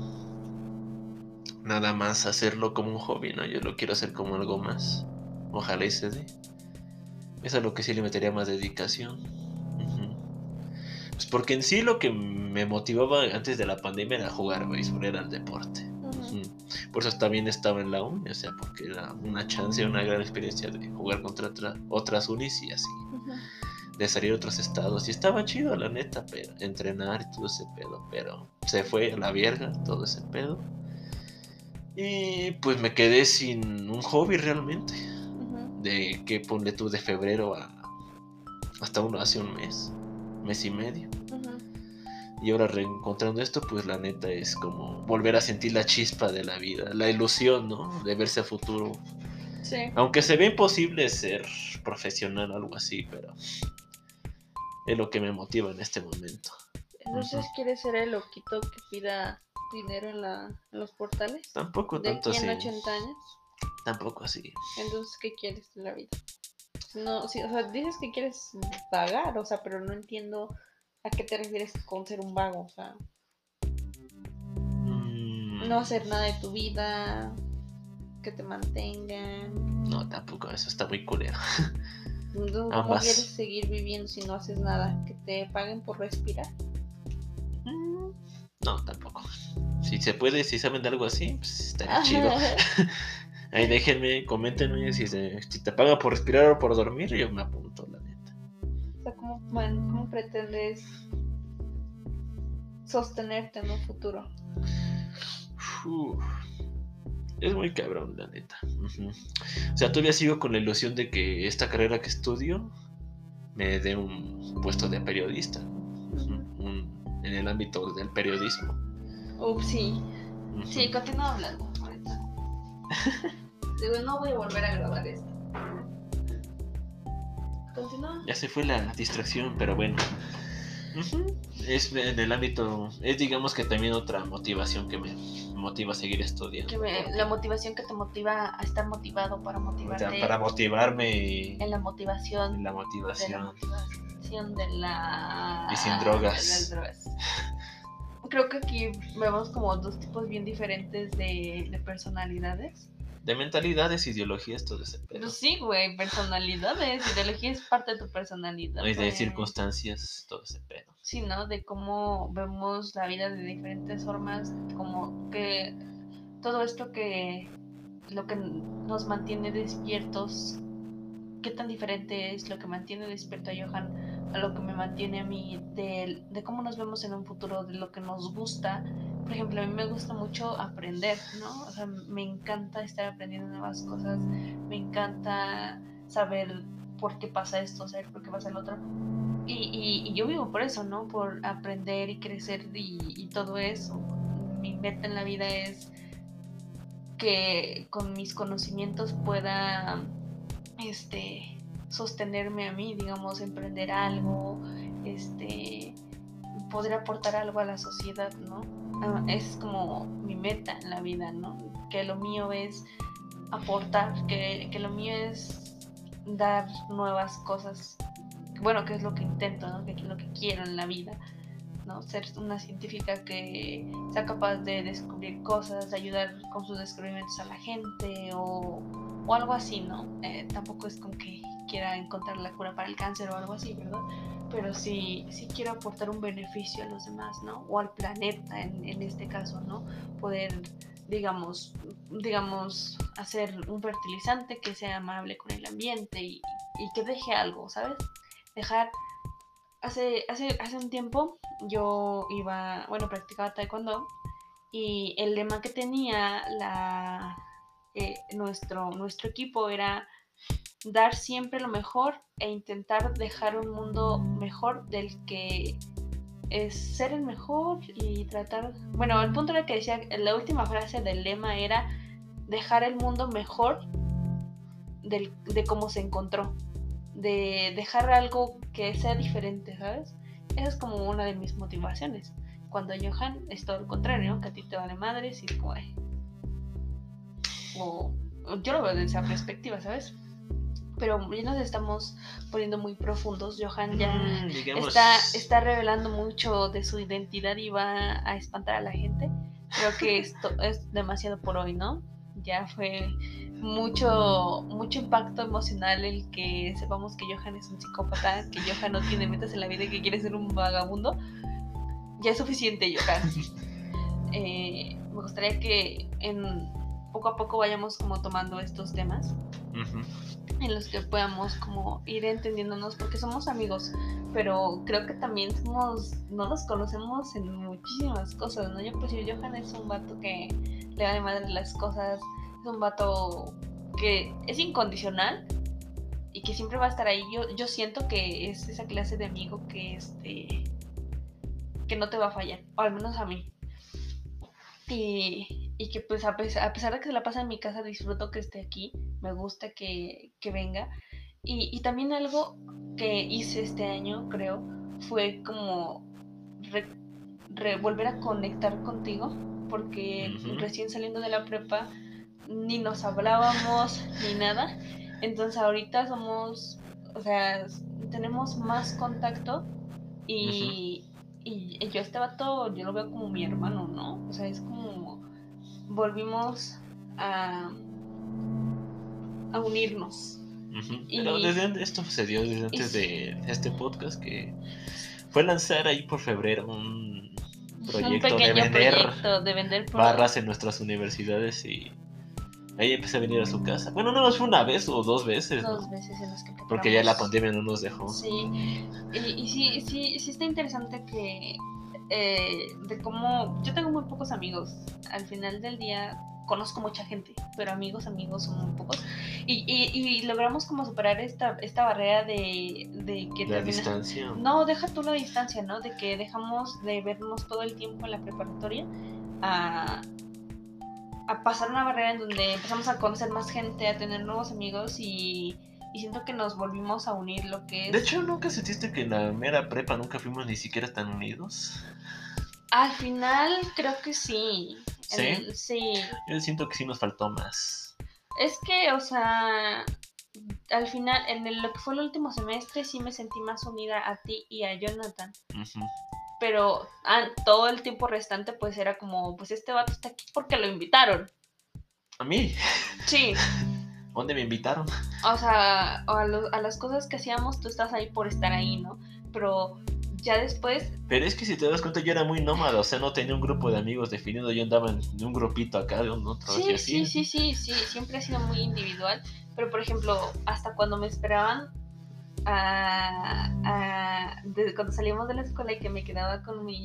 Nada más hacerlo como un hobby, ¿no? Yo lo quiero hacer como algo más. Ojalá y se dé. Es a lo que sí le metería más dedicación. Pues porque en sí lo que me motivaba antes de la pandemia era jugar béisbol, era el deporte. Por eso también estaba en la uni, o sea, porque era una chance, una gran experiencia de jugar contra otras unis y así. De salir a otros estados. Y estaba chido, la neta, pero entrenar y todo ese pedo. Pero se fue a la verga todo ese pedo. Y pues me quedé sin un hobby realmente. De que ponle tú de febrero hasta hace un mes y medio. Y ahora reencontrando esto, pues la neta es como volver a sentir la chispa de la vida, la ilusión, ¿no? De verse a futuro. Sí. Aunque se ve imposible ser profesional o algo así, pero es lo que me motiva en este momento. Entonces, ¿quieres ser el loquito que pida dinero en los portales? Tampoco tanto así. ¿De aquí en 80 años? Tampoco así. Entonces, ¿qué quieres en la vida? No, sí, o sea, dices que quieres pagar, o sea, pero no entiendo ¿A qué te refieres con ser un vago? O sea, Mm, no hacer nada de tu vida, que te mantengan. no, tampoco, eso está muy culero. ¿Cómo quieres Ambas. seguir viviendo si no haces nada? ¿Que te paguen por respirar? Mm, no, tampoco. Si se puede, si saben de algo así, pues estaría chido. Ahí déjenme, coméntenme si te pagan por respirar o por dormir, yo me apunto, la neta. O sea, ¿cómo pretendes sostenerte en un futuro? Uf, es muy cabrón, la neta. Ujú. O sea, todavía sigo con la ilusión de que esta carrera que estudio me dé un puesto de periodista. En el ámbito del periodismo. Sí. Ujú. Sí, continúa hablando ahorita. Digo, no voy a volver a grabar esto. Continúa. Ya se fue la distracción, pero bueno. Ujú. Es en el ámbito, es digamos que también otra motivación que me motiva a seguir estudiando. La motivación que te motiva a estar motivado para motivarte. Para motivarme en la motivación. en la motivación. De la motivación de la... Y sin drogas. De las drogas. Creo que aquí vemos como dos tipos bien diferentes de personalidades. De mentalidades, ideologías, todo ese pedo. Pues sí, güey, personalidades. Ideología es parte de tu personalidad. Y de circunstancias, todo ese pedo. Sí, ¿no? De cómo vemos la vida de diferentes formas, como que todo esto que lo que nos mantiene despiertos, qué tan diferente es lo que mantiene despierto a Johan a lo que me mantiene a mí, de cómo nos vemos en un futuro, de lo que nos gusta. Por ejemplo, a mí me gusta mucho aprender, ¿no? O sea, me encanta estar aprendiendo nuevas cosas, me encanta saber por qué pasa esto, saber por qué pasa el otro. Y yo vivo por eso, ¿no? Por aprender y crecer y todo eso. Mi meta en la vida es que con mis conocimientos pueda sostenerme a mí, digamos, emprender algo, poder aportar algo a la sociedad, ¿no? Es como mi meta en la vida, ¿no? Que lo mío es aportar, que lo mío es dar nuevas cosas. Bueno, que es lo que intento, ¿no? Que es lo que quiero en la vida, ¿no? Ser una científica que sea capaz de descubrir cosas, de ayudar con sus descubrimientos a la gente o algo así, ¿no? Tampoco es como que quiera encontrar la cura para el cáncer o algo así, ¿verdad? Pero sí quiero aportar un beneficio a los demás, ¿no? O al planeta en este caso, ¿no? Poder, digamos, hacer un fertilizante que sea amable con el ambiente y que deje algo, ¿sabes? Dejar... Hace un tiempo yo practicaba taekwondo y el lema que tenía nuestro equipo era dar siempre lo mejor e intentar dejar un mundo mejor del que es ser el mejor y tratar... Bueno, el punto era que decía, la última frase del lema era dejar el mundo mejor de cómo se encontró, de dejar algo que sea diferente, ¿sabes? Esa es como una de mis motivaciones. Cuando Johan es todo lo contrario, ¿no? Que a ti te vale madres y como... yo lo veo desde esa perspectiva, ¿sabes? Pero ya nos estamos poniendo muy profundos. Johan ya está revelando mucho de su identidad y va a espantar a la gente. Creo que esto es demasiado por hoy, ¿no? Ya fue mucho impacto emocional el que sepamos que Johan es un psicópata, que Johan no tiene metas en la vida y que quiere ser un vagabundo. Ya es suficiente, Johan. Me gustaría que poco a poco vayamos como tomando estos temas en los que podamos como ir entendiéndonos, porque somos amigos, pero creo que también no nos conocemos en muchísimas cosas, ¿no? Yo pues Johan es un vato que le vale madre las cosas, es un vato que es incondicional y que siempre va a estar ahí. Yo siento que es esa clase de amigo que que no te va a fallar, o al menos a mí. Y que pues a pesar de que se la pasa en mi casa, disfruto que esté aquí, me gusta que venga. Y también algo que hice este año, creo, fue como volver a conectar contigo, porque recién saliendo de la prepa ni nos hablábamos ni nada. Entonces ahorita tenemos más contacto Y, y yo este vato, yo lo veo como mi hermano, ¿no? O sea, es como volvimos a unirnos. Pero esto se dio desde antes de este podcast, que fue lanzar ahí por febrero un proyecto de vender barras en nuestras universidades, y ahí empecé a venir a su casa. Bueno, no fue una vez o dos veces, ¿no? Dos veces en las que preparamos. Porque ya la pandemia no nos dejó. Sí, y sí está interesante que de cómo yo tengo muy pocos amigos. Al final del día conozco mucha gente, pero amigos son muy pocos. Y logramos como superar esta barrera de que la distancia. No, deja tú la distancia, ¿no? De que dejamos de vernos todo el tiempo en la preparatoria a pasar una barrera en donde empezamos a conocer más gente, a tener nuevos amigos y siento que nos volvimos a unir, lo que es... De hecho, ¿nunca sentiste que en la mera prepa nunca fuimos ni siquiera tan unidos? Al final creo que sí. ¿Sí? Sí. Yo siento que sí nos faltó más. Es que, o sea, al final, lo que fue el último semestre sí me sentí más unida a ti y a Jonathan. Pero todo el tiempo restante pues era como, pues este vato está aquí porque lo invitaron. ¿A mí? Sí. ¿Dónde me invitaron? O sea, a las cosas que hacíamos tú estás ahí por estar ahí, ¿no? Pero ya después... Pero es que si te das cuenta yo era muy nómada, o sea, no tenía un grupo de amigos definido, yo andaba en un grupito acá, de un otro. Sí, siempre ha sido muy individual, pero por ejemplo, hasta cuando me esperaban, cuando salíamos de la escuela y que me quedaba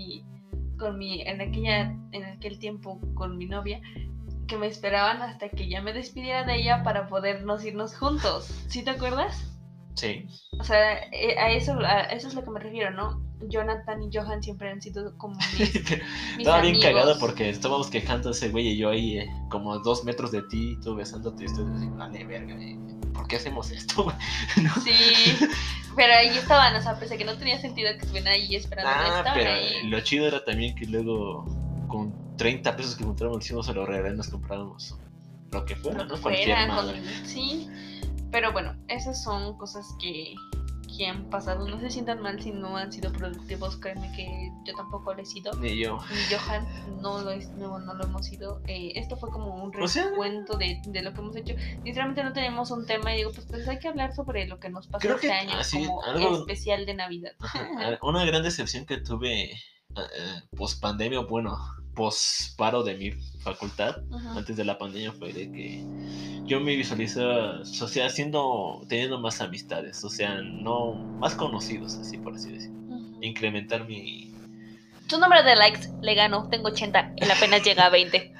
en aquel tiempo con mi novia, que me esperaban hasta que ya me despidiera de ella para podernos irnos juntos. ¿Sí te acuerdas? Sí. O sea, a eso es lo que me refiero, ¿no? Jonathan y Johan siempre han sido como mis Estaba amigos. bien cagado porque estábamos quejando ese güey y yo ahí como 2 metros de ti, tú besándote, y estoy diciendo, vale, verga, ¿por qué hacemos esto, güey? ¿No? Sí, pero ahí estaban, o sea, pensé que no tenía sentido que estuvieran ahí esperando. Pero ahí. Lo chido era también que luego con 30 pesos que encontramos hicimos a lo real y nos comprábamos lo que fuera, ¿no? Cualquier madre. Sí, pero bueno, esas son cosas que han pasado. No se sientan mal si no han sido productivos, créeme que yo tampoco lo he sido. Ni yo. Ni Johan no lo hemos sido. Esto fue como un recuento de lo que hemos hecho. Sinceramente no tenemos un tema y digo, pues hay que hablar sobre lo que nos pasó este año, como algo especial de Navidad. Una gran decepción que tuve post pandemia, bueno, post paro de mi facultad, antes de la pandemia, fue de que yo me visualizaba, o sea, teniendo más amistades, o sea, no más conocidos, así por así decirlo. Incrementar mi... Tu número de likes le ganó, tengo 80, él apenas llega a 20.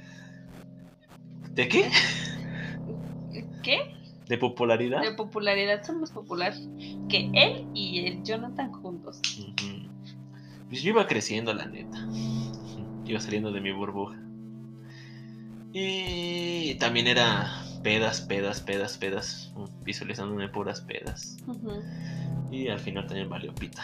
¿De qué? ¿Qué? ¿De popularidad? De popularidad, son más popular que él y el Jonathan juntos. Pues yo iba creciendo, la neta. Iba saliendo de mi burbuja. Y también era pedas, visualizándome puras pedas. Y al final también valió pita.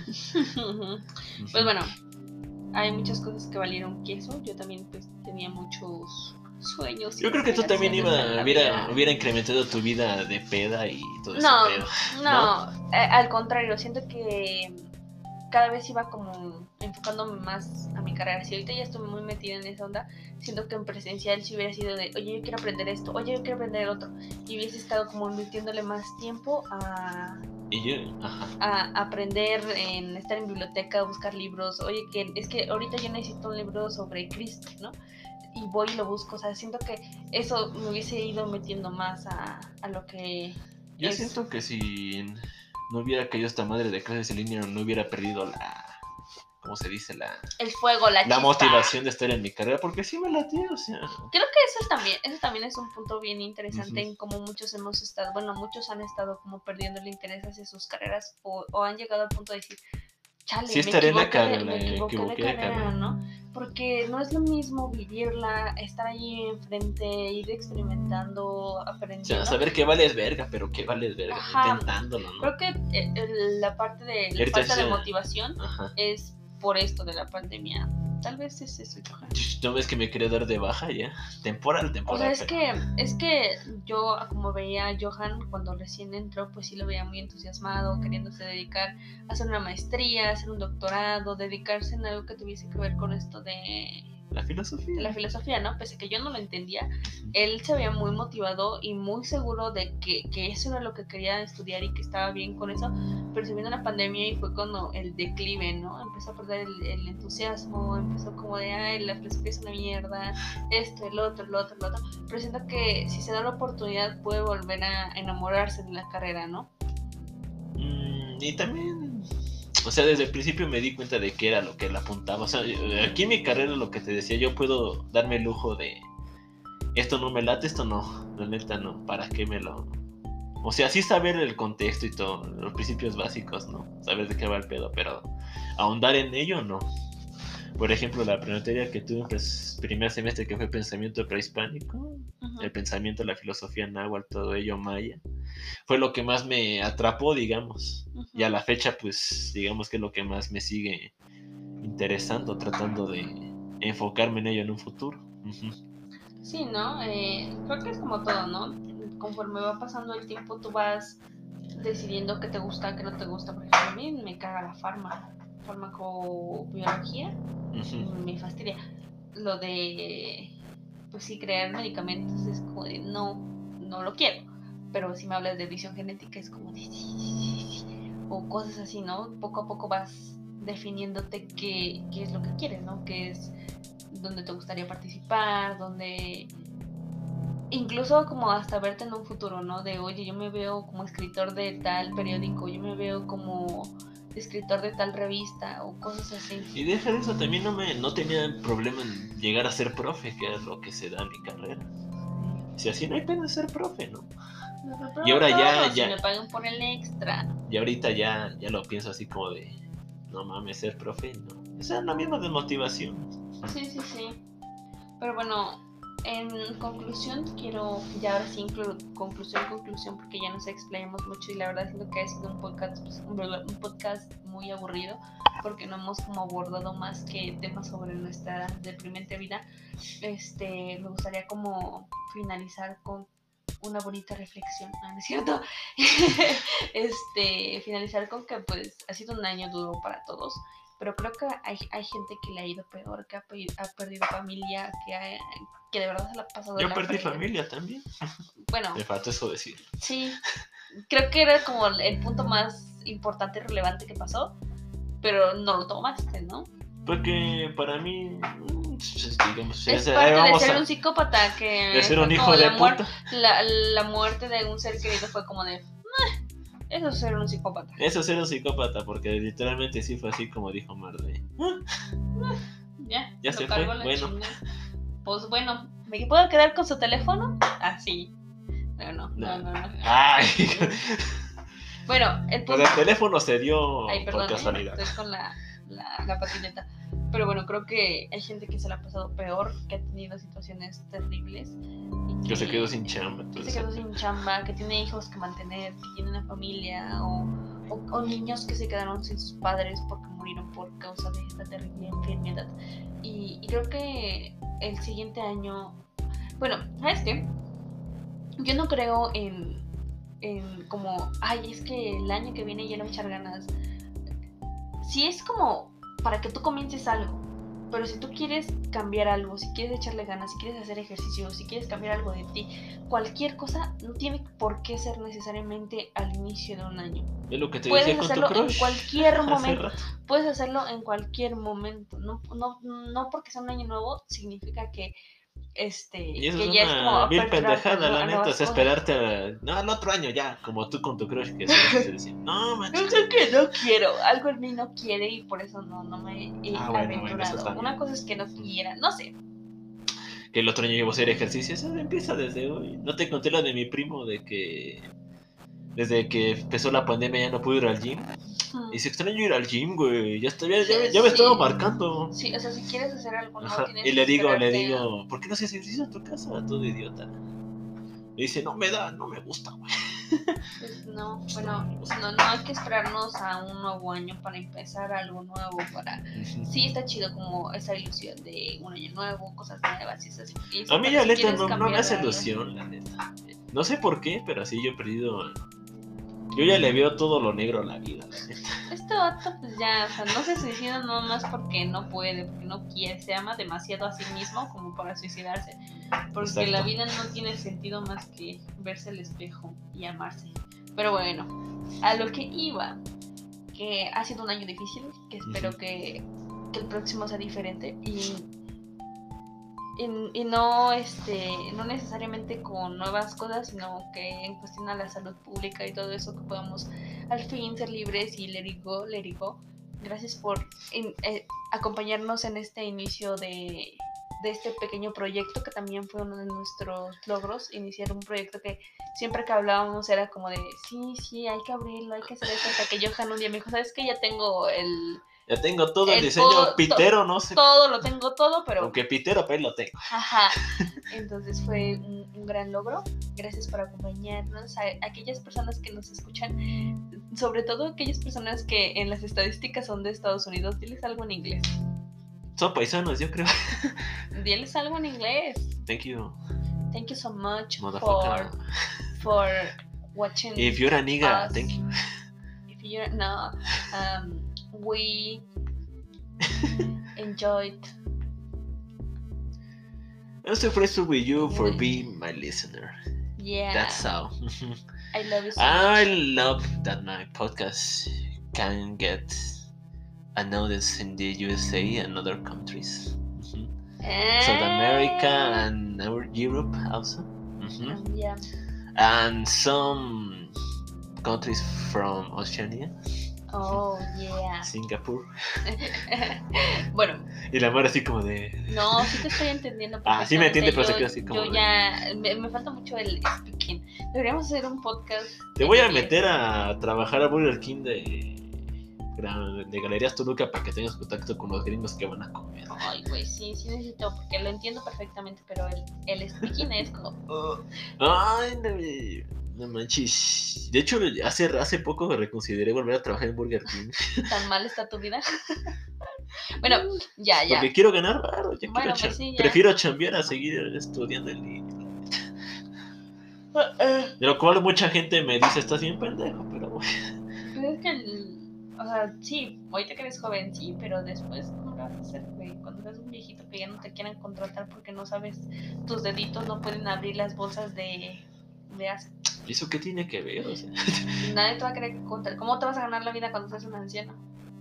Pues bueno, hay muchas cosas que valieron queso. Yo también pues tenía muchos sueños. Yo creo que tú también hubiera incrementado tu vida de peda y todo eso. No, al contrario, siento que cada vez iba como enfocándome más a mi carrera. Si ahorita ya estoy muy metida en esa onda, siento que en presencial si hubiera sido de, oye, yo quiero aprender esto, oye, yo quiero aprender el otro, y hubiese estado como invirtiéndole más tiempo a aprender, en estar en biblioteca, buscar libros. Oye, que es que ahorita yo necesito un libro sobre Cristo, ¿no? Y voy y lo busco. O sea, siento que eso me hubiese ido metiendo más a lo que yo siento que si no hubiera caído esta madre de clases en línea, no hubiera perdido ¿cómo se dice? El fuego, la motivación de estar en mi carrera, porque sí me latió, o sea. Creo que eso también es un punto bien interesante en cómo muchos han estado como perdiendo el interés hacia sus carreras o han llegado al punto de decir, chale, sí estaré en la carrera, me equivoqué de carrera, ¿no? Porque no es lo mismo vivirla, estar ahí enfrente, ir experimentando, aprendiendo. O sea, saber que vales verga, pero que vales verga, intentándolo, ¿no? Creo que la parte de la falta de motivación es por esto de la pandemia. Tal vez es eso, Johan. ¿No ves que me quería dar de baja ya? Temporal. O sea, es que yo, como veía a Johan cuando recién entró, pues sí lo veía muy entusiasmado, queriéndose dedicar a hacer una maestría, a hacer un doctorado, dedicarse en algo que tuviese que ver con esto de la filosofía, ¿no? Pese a que yo no lo entendía, él se veía muy motivado y muy seguro de que eso era lo que quería estudiar y que estaba bien con eso, pero se vino la pandemia y fue cuando el declive, ¿no? Empezó a perder el entusiasmo, empezó como de, ay, la filosofía es una mierda, esto, el otro, pero siento que si se da la oportunidad puede volver a enamorarse de la carrera, ¿no? Y también, o sea, desde el principio me di cuenta de que era lo que él apuntaba. O sea, aquí en mi carrera, lo que te decía, yo puedo darme el lujo de esto no me late, esto no, la neta no, ¿para qué me lo...? O sea, sí saber el contexto y todo, los principios básicos, ¿no? Saber de qué va el pedo, pero ahondar en ello, no. Por ejemplo, la preparatoria que tuve en primer semestre, que fue pensamiento prehispánico, el pensamiento, la filosofía náhuatl, todo ello maya, fue lo que más me atrapó, digamos. Y a la fecha, pues, digamos que es lo que más me sigue interesando, tratando de enfocarme en ello en un futuro. Sí, ¿no? Creo que es como todo, ¿no? Conforme va pasando el tiempo, tú vas decidiendo qué te gusta, qué no te gusta. Por ejemplo, a mí me caga la farmacobiología, me fastidia. Lo de, pues sí, crear medicamentos es como de, no lo quiero. Pero si me hablas de visión genética es como de, sí. O cosas así, ¿no? Poco a poco vas definiéndote qué es lo que quieres, ¿no? Qué es donde te gustaría participar, donde incluso como hasta verte en un futuro, ¿no? De, oye, yo me veo como escritor de tal periódico, yo me veo como escritor de tal revista o cosas así. Y deja de eso, también no tenía problema en llegar a ser profe, que es lo que se da en mi carrera. Si así no hay pena de ser profe, ¿no? Pero y ahora si me pagan por el extra. Y ahorita ya lo pienso así como de, no mames, ser profe, no. Esa es la misma desmotivación. Sí. Pero bueno, en conclusión, quiero ya ahora sí conclusión, porque ya nos explayamos mucho y la verdad siento que ha sido un podcast muy aburrido, porque no hemos como abordado más que temas sobre nuestra deprimente vida. Me gustaría como finalizar con una bonita reflexión, ¿no es cierto? Finalizar con que pues ha sido un año duro para todos, pero creo que hay gente que le ha ido peor, que ha perdido familia, que de verdad se la ha pasado. Yo perdí familia también. Bueno, me falta eso decir. Sí, creo que era como el punto más importante y relevante que pasó, pero no lo tomaste, ¿no? Porque para mí, digamos, es parte de ser un psicópata, que de ser un hijo de puta. La muerte de un ser querido fue como de, eso es ser un psicópata. Eso es ser un psicópata, porque literalmente sí fue así como dijo Marley. Ya se fue, bueno. Pues bueno, ¿me puedo quedar con su teléfono? Sí. No. Ay. Bueno, el teléfono se dio por casualidad. Estoy con la patineta. Pero bueno, creo que hay gente que se la ha pasado peor, que ha tenido situaciones terribles. Que se quedó sin chamba. Que tiene hijos que mantener, que tiene una familia, o niños que se quedaron sin sus padres porque murieron por causa de esta terrible enfermedad. Y creo que el siguiente año... Bueno, ¿sabes qué? Yo no creo en como, es que el año que viene ya le voy a echar ganas. Sí, es como para que tú comiences algo, pero si tú quieres cambiar algo, si quieres echarle ganas, si quieres hacer ejercicio, si quieres cambiar algo de ti, cualquier cosa no tiene por qué ser necesariamente al inicio de un año. Es lo que te puedes decía con hacerlo tu crush en cualquier momento. Puedes hacerlo en cualquier momento. No porque sea un año nuevo significa que y eso que es ya una es como vil pendejada, la neta, o sea, esperarte al otro año ya, como tú con tu crush, que se decía, no, manches. Yo sé que no quiero, algo en mí no quiere y por eso no me he aventurado. Bueno, una cosa es que no quiera, no sé. Que el otro año llevo a hacer ejercicio, eso empieza desde hoy. No te conté la de mi primo, de que desde que empezó la pandemia ya no pude ir al gym. Y se extraño ir al gym, güey. Ya me estaba marcando. Sí, o sea, si quieres hacer algo, no tienes y le digo, ¿por qué no haces ejercicio en tu casa, todo idiota? Y dice, no me gusta, güey. Pues no, bueno, no hay que esperarnos a un nuevo año para empezar algo nuevo, Sí, está chido como esa ilusión de un año nuevo, cosas nuevas y esas. A mí la neta no me hace algo. ilusión, la neta. No sé por qué, pero así yo he perdido... Yo ya le veo todo lo negro a la vida, la neta. Este vato pues ya, o sea, no se suicida nomás porque no puede, porque no quiere, se ama demasiado a sí mismo como para suicidarse. Porque Exacto. La vida no tiene sentido más que verse al espejo y amarse. Pero bueno, a lo que iba, que ha sido un año difícil, que espero que el próximo sea diferente y no no necesariamente con nuevas cosas, sino que en cuestión a la salud pública y todo eso, que podamos al fin ser libres y let it go. Gracias por acompañarnos en este inicio de este pequeño proyecto, que también fue uno de nuestros logros, iniciar un proyecto que siempre que hablábamos era como de sí, hay que abrirlo, hay que hacer esto, hasta que Johan un día me dijo, ¿sabes qué? Ya tengo ya tengo todo el diseño pitero, no sé. Todo, lo tengo todo, pero... Aunque pitero, pues lo tengo. Ajá. Entonces fue un gran logro. Gracias por acompañarnos. A aquellas personas que nos escuchan, sobre todo aquellas personas que en las estadísticas son de Estados Unidos, diles algo en inglés. Son paisanos, yo creo. Diles algo en inglés. Thank you. Thank you so much for watching. If you're a nigga, thank you. If you're no, we enjoyed. I'm so grateful with you for being my listener. Yeah. That's how. I love you so I much. love that my podcast can get a notice in the USA and other countries. South America and Europe also. Yeah. And some countries from Oceania. Oh, yeah. Singapur. Bueno. Y la mar así como de... No, sí te estoy entendiendo. Sí me entiende, pero se queda así como... Yo ya... Me falta mucho el speaking. Deberíamos hacer un podcast. Te voy a meter a trabajar a Burger King de Galerías Toluca para que tengas contacto con los gringos que van a comer. Ay, güey, sí necesito, porque lo entiendo perfectamente, pero el speaking es como... Ay, no manches. De hecho, hace poco reconsideré volver a trabajar en Burger King. ¿Tan mal está tu vida? Bueno, ya. Porque quiero ganar varo. Bueno, pues sí, prefiero chambear a seguir estudiando en línea. De lo cual mucha gente me dice, estás bien pendejo, pero bueno. Pero es que, o sea, sí, ahorita que eres joven, sí, pero después, ¿cómo lo vas a hacer, güey? Cuando eres un viejito que ya no te quieran contratar porque no sabes, tus deditos no pueden abrir las bolsas de aceite. ¿Y eso qué tiene que ver? O sea, nadie te va a querer contar. ¿Cómo te vas a ganar la vida cuando seas un anciano?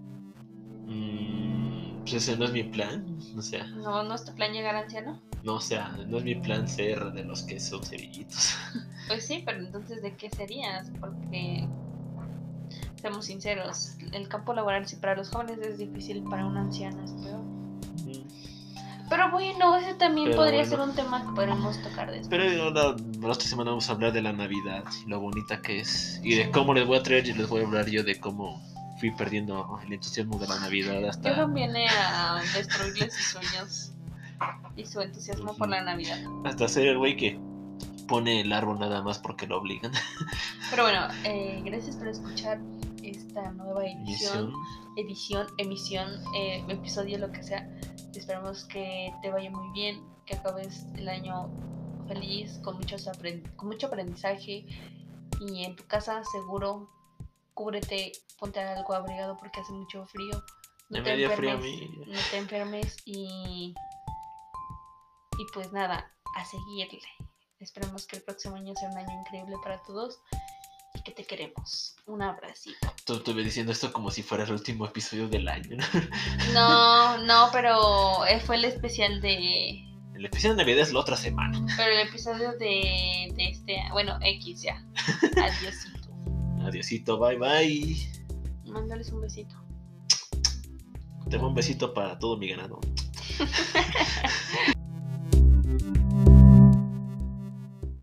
Pues ese no es mi plan, o sea. ¿No es tu plan llegar anciano? No, o sea, no es mi plan ser de los que son cerillitos. Pues sí, pero entonces ¿de qué serías? Porque, seamos sinceros, el campo laboral, si para los jóvenes es difícil, para un anciano es peor. Pero bueno, ese también podría ser un tema que podremos tocar después. Pero la otra semana vamos a hablar de la Navidad y lo bonita que es. Y de cómo les voy a hablar yo de cómo fui perdiendo el entusiasmo de la Navidad hasta... Johan viene a destruirle sus sueños y su entusiasmo por la Navidad. Hasta ser el güey que pone el árbol nada más porque lo obligan. Pero bueno, gracias por escuchar esta nueva emisión, episodio, lo que sea. Esperamos que te vaya muy bien, que acabes el año feliz, con mucho aprendizaje, y en tu casa seguro, cúbrete, ponte algo abrigado porque hace mucho frío. No te enfermes y pues nada, a seguirle. Esperemos que el próximo año sea un año increíble para todos y que te queremos. Un abracito. Tú estuve diciendo esto como si fuera el último episodio del año. No, pero fue el especial de... El episodio de Navidad es la otra semana. Pero el episodio de este... Bueno, X ya. Adiósito. Adiósito, bye. Mándales un besito. Tengo un besito para todo mi ganado.